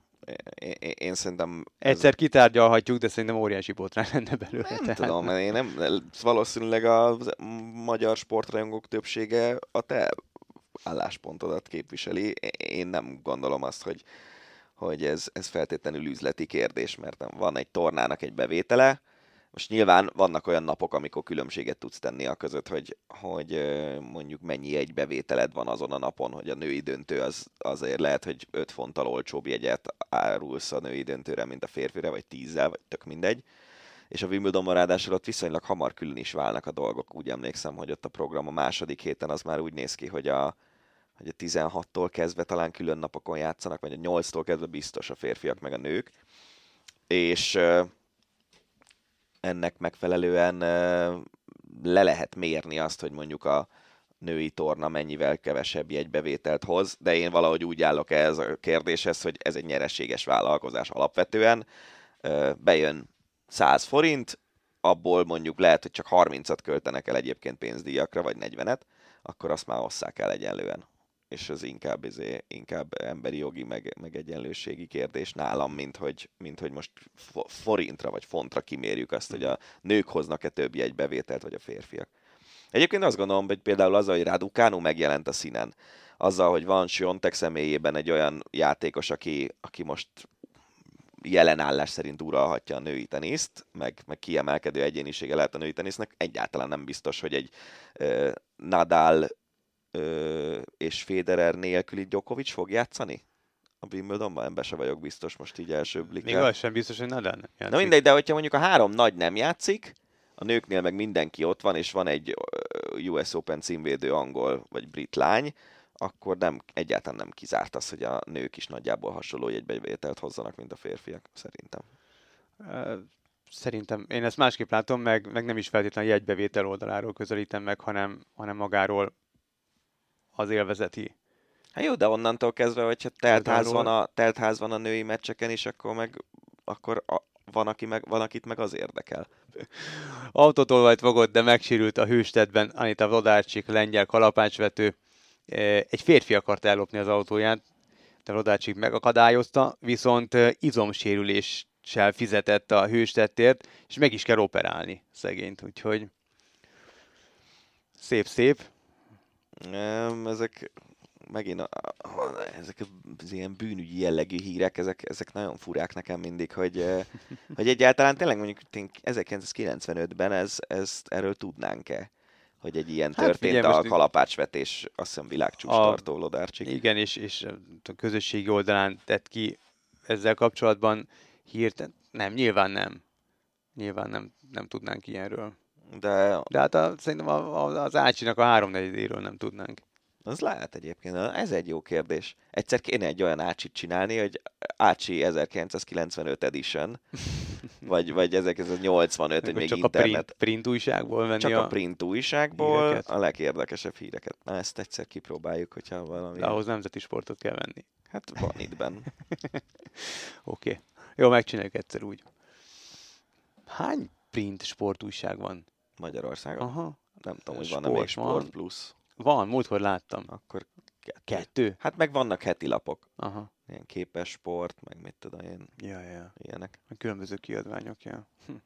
B: Én szerintem...
E: Egyszer kitárgyalhatjuk, de szerintem óriási botrány lenne belőle.
B: Nem tudom, mert valószínűleg a magyar sportrajongók többsége a te álláspontodat képviseli. Én nem gondolom azt, hogy ez feltétlenül üzleti kérdés, mert van egy tornának egy bevétele. Most nyilván vannak olyan napok, amikor különbséget tudsz tenni a között, hogy mondjuk mennyi egy bevételed van azon a napon, hogy a női döntő azért lehet, hogy 5 fonttal olcsóbb jegyet árulsz a női döntőre, mint a férfire, vagy 10-zel, vagy tök mindegy. És a Wimbledonban ráadásul ott viszonylag hamar külön is válnak a dolgok. Úgy emlékszem, hogy ott a program a második héten az már úgy néz ki, hogy a 16-tól kezdve talán külön napokon játszanak, vagy a 8-tól kezdve biztos a férfiak meg a nők. És ennek megfelelően le lehet mérni azt, hogy mondjuk a női torna mennyivel kevesebb jegybevételt hoz, de én valahogy úgy állok ehhez a kérdéshez, hogy ez egy nyereséges vállalkozás alapvetően. Bejön 100 forint, abból mondjuk lehet, hogy csak 30-at költenek el egyébként pénzdíjakra, vagy 40-et, akkor azt már osszák el egyenlően. És ez inkább emberi jogi, meg egyenlőségi kérdés nálam, mint hogy most forintra vagy fontra kimérjük azt, hogy a nők hoznak-e több jegybevételt, vagy a férfiak. Egyébként azt gondolom, hogy például azzal, hogy Raducanu megjelent a színen, azzal, hogy van Swiatek személyében egy olyan játékos, aki most jelenállás szerint uralhatja a női teniszt, meg kiemelkedő egyénisége lehet a női tenisznek, egyáltalán nem biztos, hogy egy Nadal és Federer nélküli Djokovic fog játszani a Wimbledonban? Ebben se vagyok biztos most így első blikkel.
E: Még az sem biztos, hogy Nadal nem játszik.
B: Na mindegy, de hogyha mondjuk a 3 nagy nem játszik, a nőknél meg mindenki ott van, és van egy US Open címvédő angol vagy brit lány, akkor egyáltalán nem kizárt az, hogy a nők is nagyjából hasonló jegybevételt hozzanak, mint a férfiak, szerintem.
E: Szerintem én ezt másképp látom, meg nem is feltétlenül a jegybevétel oldaláról közelítem meg, hanem magáról az élvezeti.
B: Hát jó, de onnantól kezdve, hogyha telt ház van a női meccseken is, akkor van, akit meg az érdekel.
E: Autótolvajt fogott, de megsérült a Hőstedtben Anita Wlodarczyk, lengyel kalapácsvető. Egy férfi akart ellopni az autóját, de Wlodarczyk megakadályozta, viszont izomsérüléssel fizetett a Hőstettért, és meg is kell operálni szegényt, úgyhogy szép.
B: Ezek megint ezek az ilyen bűnügyi jellegű hírek, ezek nagyon furák nekem mindig, hogy egyáltalán tényleg mondjuk 1995-ben erről tudnánk-e, hogy egy ilyen történt a kalapácsvetés, azt hiszem világcsúcs tartó Wlodarczyk.
E: Igen, és a közösségi oldalán tett ki ezzel kapcsolatban hírt, nyilván nem tudnánk ilyenről. De hát szerintem az Ácsinak a 3/4-éről nem tudnánk.
B: Az lehet egyébként. Ez egy jó kérdés. Egyszer kéne egy olyan Ácsit csinálni, hogy Ácsi 1995 edition, vagy 1985, hogy még
E: csak
B: internet.
E: A print újságból venni
B: csak a print újságból
E: híreket.
B: A legérdekesebb híreket. Na, ezt egyszer kipróbáljuk, hogyha valami...
E: De ahhoz nemzeti sportot kell venni.
B: Hát van itt benn.
E: Oké. Jó, megcsináljuk egyszer úgy. Hány print sportújság van?
B: Magyarországon?
E: Aha.
B: Nem tudom, hogy van-e még Sport Plus.
E: Van, múltkor láttam.
B: Akkor
E: 2?
B: Hát meg vannak heti lapok.
E: Aha.
B: Ilyen képes sport, meg mit tudom én.
E: Ja.
B: Ilyenek.
E: A különböző kiadványok, ja.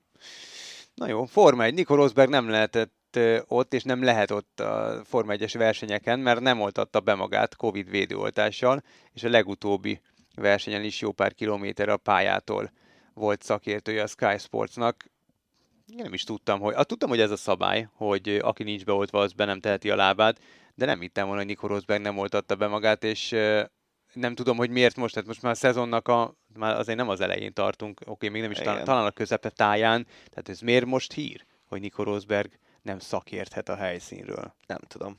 E: Na jó, Forma 1. Nico Rosberg nem lehetett ott, és nem lehet ott a Forma 1-es versenyeken, mert nem oltatta be magát Covid védőoltással, és a legutóbbi versenyen is jó pár kilométer a pályától volt szakértője a Sky Sportsnak. Én nem is tudtam, hogy ez a szabály, hogy aki nincs beoltva, az be nem teheti a lábát, de nem hittem volna, hogy Nico Rosberg nem oltatta be magát, és nem tudom, hogy miért most, tehát most már a szezonnak már azért nem az elején tartunk, oké, még nem is talán a közepe táján, tehát ez miért most hír, hogy Nico Rosberg nem szakérthet a helyszínről?
B: Nem tudom.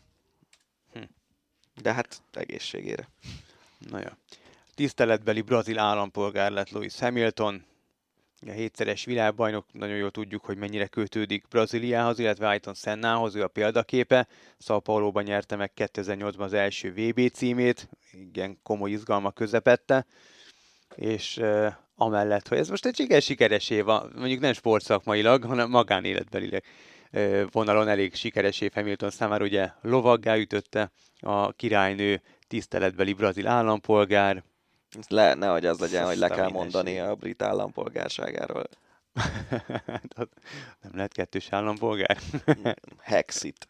B: De hát egészségére.
E: Na ja. Tiszteletbeli brazil állampolgár lett Lewis Hamilton, a 7-szeres világbajnok, nagyon jól tudjuk, hogy mennyire kötődik Brazíliához, illetve Ayrton Sennához, ő a példaképe. São Pauloban nyerte meg 2008-ban az első VB címét, igen komoly izgalmak közepette, és amellett, hogy ez most egy sikeres év, mondjuk nem sportszakmailag, hanem magánéletbelileg vonalon elég sikeres év Hamilton számára, ugye lovaggá ütötte a királynő, tiszteletbeli brazil állampolgár.
B: Nehogy az legyen, hogy le kell mondani a brit állampolgárságáról.
E: Nem lehet kettős állampolgár?
B: Hexit.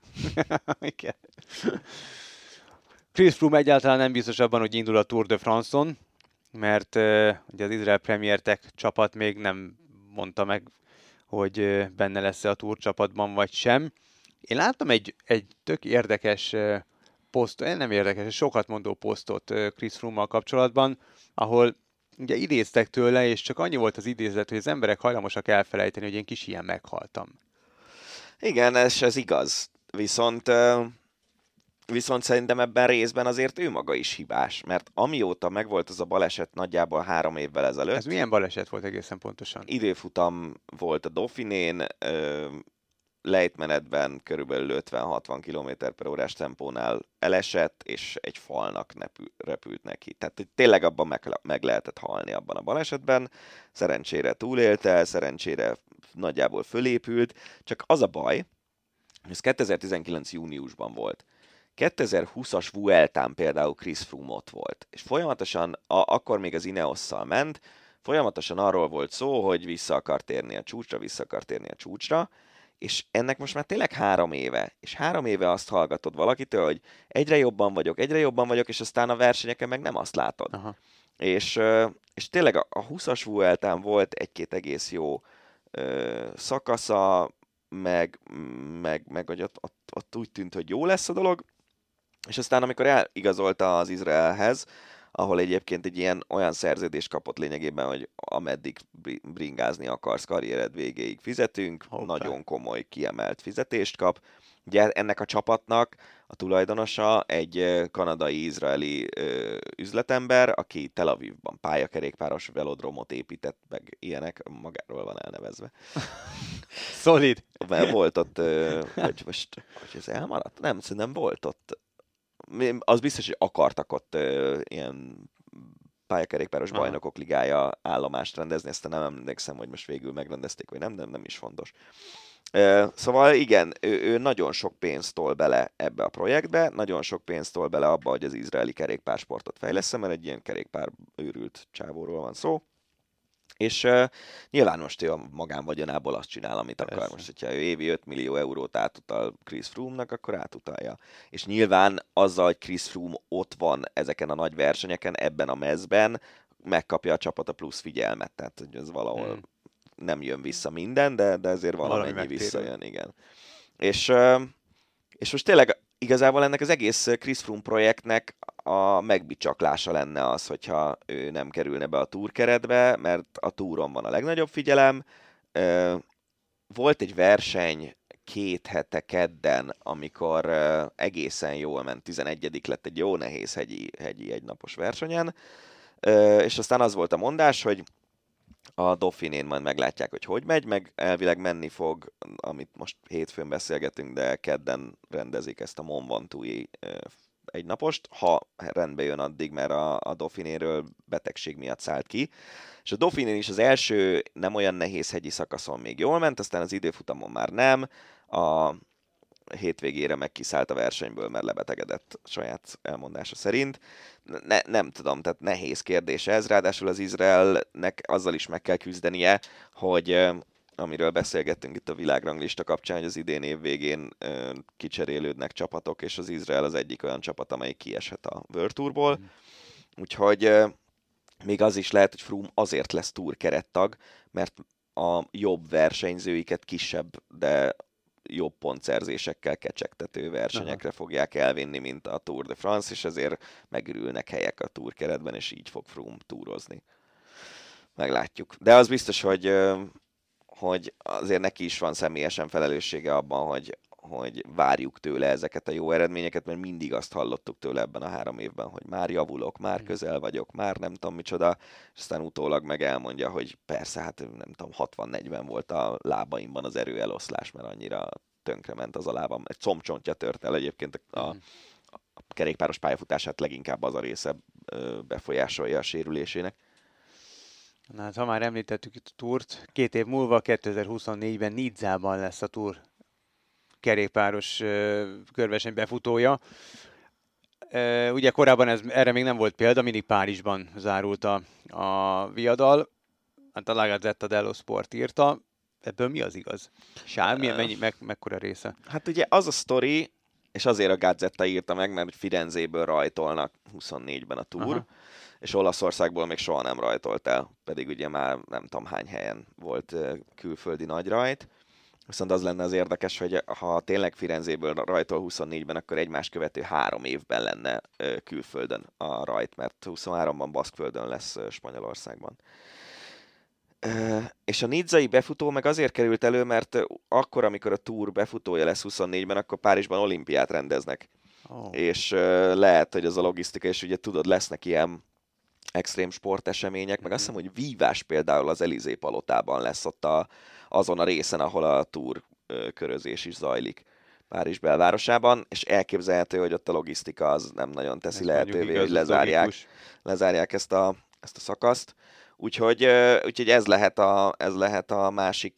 E: Chris Froome egyáltalán nem biztos abban, hogy indul a Tour de France-on, mert ugye az Izrael Premier Tech csapat még nem mondta meg, hogy benne lesz-e a Tour csapatban vagy sem. Én láttam egy tök érdekes nem érdekes, sokat mondó posztot Chris Froome-mal kapcsolatban, ahol ugye idéztek tőle, és csak annyi volt az idézet, hogy az emberek hajlamosak elfelejteni, hogy én kis ilyen meghaltam.
B: Igen, ez igaz. Viszont szerintem ebben részben azért ő maga is hibás, mert amióta megvolt az a baleset nagyjából 3 évvel ezelőtt...
E: Ez milyen baleset volt egészen pontosan?
B: Időfutam volt a Dauphinén, lejtmenetben körülbelül 50-60 km/h tempónál elesett, és egy falnak repült neki. Tehát tényleg abban meg lehetett halni abban a balesetben. Szerencsére túlélte, szerencsére nagyjából fölépült, csak az a baj, hogy ez 2019. júniusban volt. 2020-as Vueltán például Chris Froome ott volt, és folyamatosan, akkor még az Ineosszal ment, folyamatosan arról volt szó, hogy vissza akar térni a csúcsra, és ennek most már tényleg 3 éve, és 3 éve azt hallgatod valakitől, hogy egyre jobban vagyok, és aztán a versenyeken meg nem azt látod.
E: Aha.
B: És tényleg a 20-as Vueltán volt egy-két egész jó szakasza, meg hogy ott úgy tűnt, hogy jó lesz a dolog, és aztán amikor eligazolta az Izraelhez, ahol egyébként egy olyan szerződést kapott lényegében, hogy ameddig bringázni akarsz karriered végéig fizetünk, nagyon komoly kiemelt fizetést kap. Ugye ennek a csapatnak a tulajdonosa egy kanadai-izraeli üzletember, aki Tel Avivban pályakerékpáros velodromot épített, meg ilyenek, magáról van elnevezve.
E: Szolid!
B: Mert volt ott, hogy ez elmaradt? Nem, szerintem volt ott. Az biztos, hogy akartak ott ilyen pályakerékpáros bajnokok ligája állomást rendezni, aztán nem emlékszem, hogy most végül megrendezték, vagy nem is fontos. Szóval igen, ő nagyon sok pénzt tol bele ebbe a projektbe, nagyon sok pénzt tol bele abba, hogy az izraeli kerékpársportot fejleszem, mert egy ilyen kerékpár őrült csávóról van szó. És nyilván most ő a magánvagyonából azt csinál, amit akar.
E: Persze.
B: Most, hogyha ő évi 5 millió eurót átutal Chris Froome-nak, akkor átutalja. És nyilván azzal, hogy Chris Froome ott van ezeken a nagy versenyeken, ebben a mezben, megkapja a csapat a plusz figyelmet. Tehát, hogy ez valahol nem jön vissza minden, de ezért valamennyi visszajön, igen. És most tényleg igazából ennek az egész Chris Froome projektnek a megbicsaklása lenne az, hogyha ő nem kerülne be a Tour keretbe, mert a Touron van a legnagyobb figyelem. Volt egy verseny 2 hete kedden, amikor egészen jól ment, 11. lett egy jó nehéz hegyi egynapos versenyen, és aztán az volt a mondás, hogy a Dauphinén majd meglátják, hogy megy, meg elvileg menni fog, amit most hétfőn beszélgetünk, de kedden rendezik ezt a Mont Ventoux-i egynapost, ha rendbe jön addig, mert a Dauphinéről betegség miatt szállt ki. És a Dauphinén is az első nem olyan nehéz hegyi szakaszon még jól ment, aztán az időfutamon már nem. A hétvégére meg kiszállt a versenyből, mert lebetegedett saját elmondása szerint. Nem tudom, tehát nehéz kérdés ez, ráadásul az Izraelnek azzal is meg kell küzdenie, hogy amiről beszélgettünk itt a világranglista kapcsán, hogy az idén év végén kicserélődnek csapatok, és az Izrael az egyik olyan csapat, amelyik kieshet a World Tourból. Úgyhogy még az is lehet, hogy Froome azért lesz Tour kerettag, mert a jobb versenyzőiket kisebb, de jobb pontszerzésekkel kecsegtető versenyekre fogják elvinni, mint a Tour de France, és ezért megürülnek helyek a Tour keretben, és így fog Froome túrozni. Meglátjuk. De az biztos, hogy azért neki is van személyesen felelőssége abban, hogy várjuk tőle ezeket a jó eredményeket, mert mindig azt hallottuk tőle ebben a 3 évben, hogy már javulok, már közel vagyok, már nem tudom micsoda, és aztán utólag meg elmondja, hogy persze, hát nem tudom, 60-40 volt a lábaimban az erőeloszlás, mert annyira tönkrement az a lábam. Egy combcsontja tört el egyébként a kerékpáros pályafutását leginkább az a része befolyásolja a sérülésének.
E: Na hát, ha már említettük itt a Tourt, 2 év múlva, 2024-ben Nizzában lesz a Tour kerékpáros körverseny befutója. Ugye korábban erre még nem volt példa, mindig Párizsban zárult a viadal. Hát a La Gazzetta dello Sport írta. Ebből mi az igaz? Mekkora része?
B: Hát ugye az a sztori, és azért a Gazzetta írta meg, mert Firenzéből rajtolnak 24-ben a Tour, és Olaszországból még soha nem rajtolt el, pedig ugye már nem tudom hány helyen volt külföldi nagy rajt. Viszont az lenne az érdekes, hogy ha tényleg Firenzéből rajtol 24-ben, akkor egymást követő 3 évben lenne külföldön a rajt, mert 23-ban Baszkföldön lesz Spanyolországban. És a nizzai befutó meg azért került elő, mert akkor, amikor a Tour befutója lesz 24-ben, akkor Párizsban olimpiát rendeznek. És lehet, hogy az a logisztika, és ugye tudod, lesznek ilyen extrém sportesemények, meg azt hiszem, hogy vívás például az Elizé palotában lesz ott azon a részen, ahol a Tour körözés is zajlik Párizs belvárosában, és elképzelhető, hogy ott a logisztika az nem nagyon teszi lehetővé, hogy lezárják ezt a szakaszt. Úgyhogy ez lehet a másik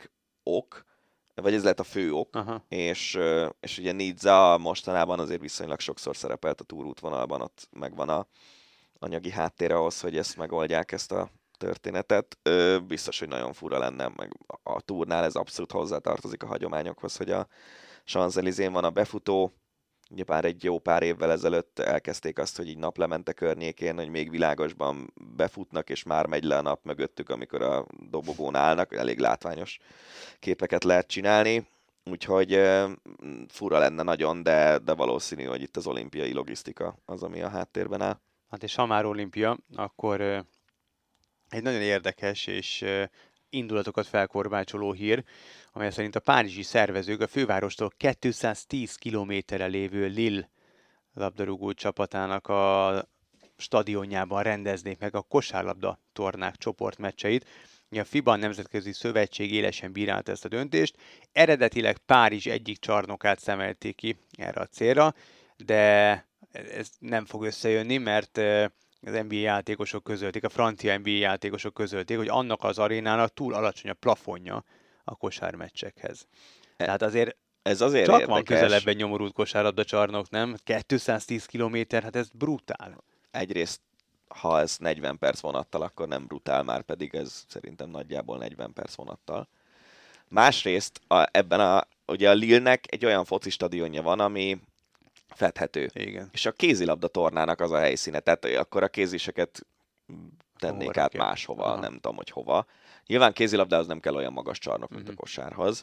B: ok, vagy ez lehet a fő ok,
E: Aha.
B: és ugye Nizza mostanában azért viszonylag sokszor szerepelt a túrútvonalban, ott megvan a anyagi háttér ahhoz, hogy ezt megoldják, ezt a történetet. Biztos, hogy nagyon fura lenne, meg a túrnál ez abszolút hozzátartozik a hagyományokhoz, hogy a Champs-Élysén van a befutó, ugye már egy jó pár évvel ezelőtt elkezdték azt, hogy így naplemente környékén, hogy még világosban befutnak, és már megy le a nap mögöttük, amikor a dobogón állnak, elég látványos képeket lehet csinálni, úgyhogy fura lenne nagyon, de valószínű, hogy itt az olimpiai logisztika az, ami a háttérben áll.
E: Hát és ha már olimpia, akkor egy nagyon érdekes és indulatokat felkorbácsoló hír, amely szerint a párizsi szervezők a fővárostól 210 kilométerre lévő Lille labdarúgó csapatának a stadionjában rendeznék meg a kosárlabda tornák csoportmeccseit. A FIBA Nemzetközi Szövetség élesen bírálta ezt a döntést. Eredetileg Párizs egyik csarnokát szemelték ki erre a célra, de ez nem fog összejönni, mert az NBA játékosok közölték, a francia NBA játékosok közölték, hogy annak az arénának túl alacsony a plafonja a kosármeccsekhez. Tehát azért
B: Ez azért
E: csak
B: érdekes.
E: van közelebb egy nyomorult kosárlabda csarnok, nem? 210 kilométer, hát ez brutál.
B: Egyrészt, ha ez 40 perc vonattal, akkor nem brutál, már pedig ez szerintem nagyjából 40 perc vonattal. Másrészt ugye a Lille-nek egy olyan foci stadionja van, ami fedhető.
E: Igen.
B: És a kézilabda tornának az a helyszíne, tehát akkor a kéziseket tennék
E: Hova
B: át
E: rakják?
B: máshova,
E: Aha.
B: nem tudom, hogy hova. Nyilván kézilabdához nem kell olyan magas csarnok, mint a kosárhoz,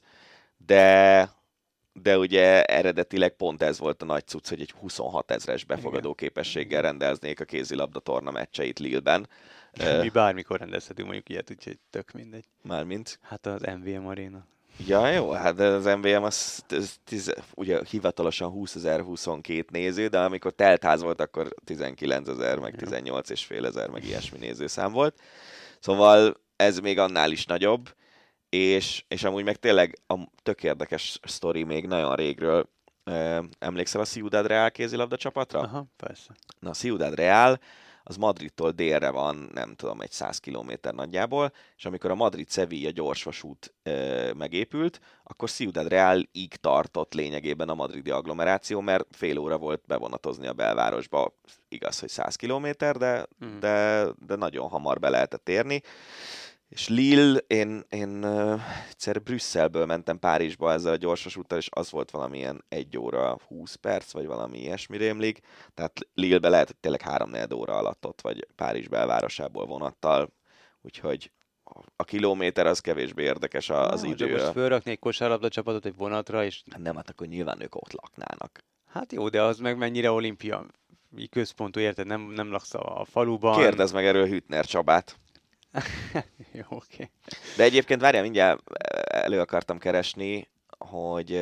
B: de ugye eredetileg pont ez volt a nagy cucc, hogy egy 26 ezres befogadó képességgel rendeznék a kézilabda torna meccseit Lille-ben.
E: Mi bármikor rendezhetünk mondjuk ilyet, úgyhogy tök mindegy.
B: Mármint?
E: Hát az MVM Arena.
B: Ja, jó, hát az MVM ugye hivatalosan 20.022 néző, de amikor teltház volt, akkor 19.000, meg 18.500, meg ilyesmi nézőszám volt. Szóval ez még annál is nagyobb, és amúgy meg tényleg a tök érdekes sztori még nagyon régről. Emlékszel a Ciudad Real kézilabda csapatra?
E: Aha, persze.
B: Na, a Ciudad Real az Madridtól délre van, nem tudom, egy 100 kilométer nagyjából, és amikor a Madrid-Sevilla gyorsvasút megépült, akkor Ciudad Real-ig tartott lényegében a madridi agglomeráció, mert fél óra volt bevonatozni a belvárosba, igaz, hogy 100 kilométer, de nagyon hamar be lehetett érni. És Lille, én egyszer Brüsszelből mentem Párizsba ezzel a gyorsvasúttal, és az volt valamilyen 1 óra 20 perc, vagy valami ilyesmi rémlik. Tehát Lille-be lehet, hogy tényleg 3-4 óra alatt ott vagy Párizs belvárosából vonattal, úgyhogy a kilométer az kevésbé érdekes az idő.
E: Most fölrakni egy kosárlabda csapatot egy vonatra, és
B: Nem, hát akkor nyilván ők ott laknának.
E: hát jó, de az meg mennyire olimpia központú, érted? Nem laksz a faluban.
B: Kérdezd meg erről Hüttner Csabát.
E: Jó, oké.
B: De egyébként várjál, mindjárt elő akartam keresni, hogy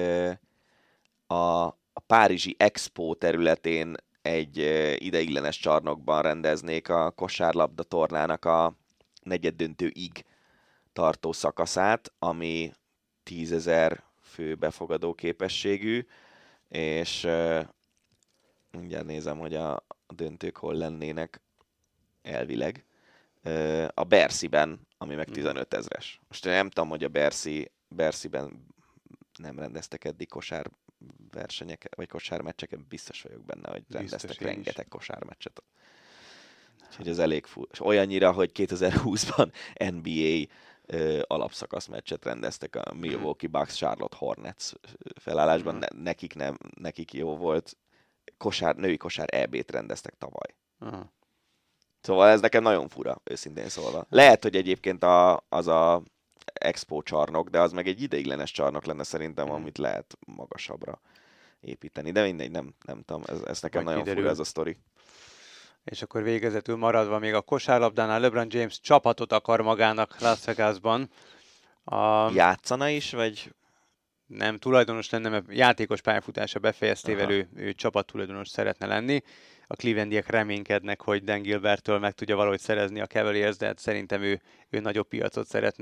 B: a párizsi Expo területén egy ideiglenes csarnokban rendeznék a kosárlabda tornának a negyeddöntőig tartó szakaszát, ami 10.000 fő befogadó képességű, és mindjárt nézem, hogy a döntők hol lennének elvileg. A Bercy-ben, ami meg 15 ezres. Most én nem tudom, hogy a Bercy-ben nem rendeztek eddig kosárversenyeket, vagy kosármeccseket, biztos vagyok benne, hogy rendeztek rengeteg kosármeccset. Úgyhogy ez elég és olyannyira, hogy 2020-ban NBA alapszakasz meccset rendeztek a Milwaukee Bucks Charlotte Hornets felállásban, nekik jó volt. Női kosár EB-t rendeztek tavaly.
E: Aha.
B: Szóval ez nekem nagyon fura, őszintén szólva. Lehet, hogy egyébként az a Expo csarnok, de az meg egy ideiglenes csarnok lenne szerintem, amit lehet magasabbra építeni. De mindegy, nem tudom, ez nekem
E: Majd
B: nagyon
E: kiderül.
B: fura ez a sztori.
E: És akkor végezetül maradva még a kosárlabdánál LeBron James csapatot akar magának Las Vegasban.
B: Játszana is, vagy?
E: Nem, tulajdonos lenne, mert játékos pályafutása befejeztével ő csapattulajdonos szeretne lenni. A Clevelandiek reménykednek, hogy Dan Gilberttől meg tudja valahogy szerezni a Cavaliers, de hát szerintem ő nagyobb piacot szeretne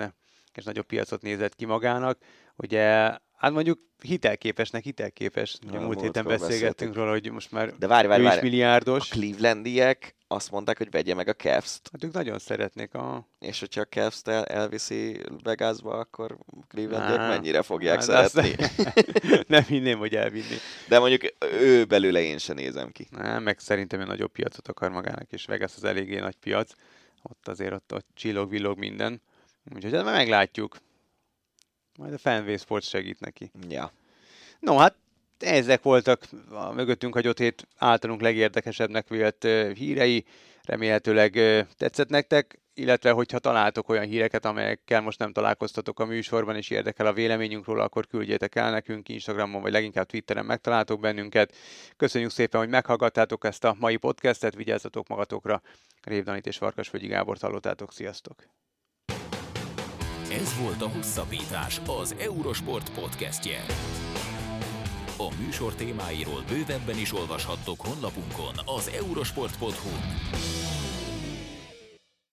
E: és nagyobb piacot nézett ki magának. Ugye, hát mondjuk hitelképes. Ugye múlt héten beszélgettünk róla, hogy most már
B: de várj,
E: is milliárdos.
B: A Clevelandi-ek azt mondták, hogy vegye meg a Cavs-t.
E: Hát ők nagyon szeretnék
B: És hogyha a Cavs-t elviszi Vegasba, akkor Clevelandiek mennyire fogják szeretni?
E: Nem hinném, hogy elvinni.
B: De mondjuk ő belőle én sem nézem ki.
E: Nem, meg szerintem egy nagyobb piacot akar magának, és Vegas az eléggé nagy piac. Ott azért ott csillog-villog minden. Úgyhogy ezt meglátjuk. Majd a Fenway Sports segít neki.
B: Ja.
E: No, hát ezek voltak a mögöttünk hagyott hét általunk legérdekesebbnek vélt hírei. Remélhetőleg tetszett nektek, illetve hogyha találtok olyan híreket, amelyekkel most nem találkoztatok a műsorban, és érdekel a véleményünk róla, akkor küldjétek el nekünk Instagramon, vagy leginkább Twitteren megtaláltok bennünket. Köszönjük szépen, hogy meghallgattátok ezt a mai podcastet, vigyázzatok magatokra. Rév Danit és Farkasvölgyi Gábort hallottátok, sziasztok!
A: Ez volt a Hosszabbítás, az Eurosport podcastje. A műsor témáiról bővebben is olvashattok honlapunkon, az eurosport.hu.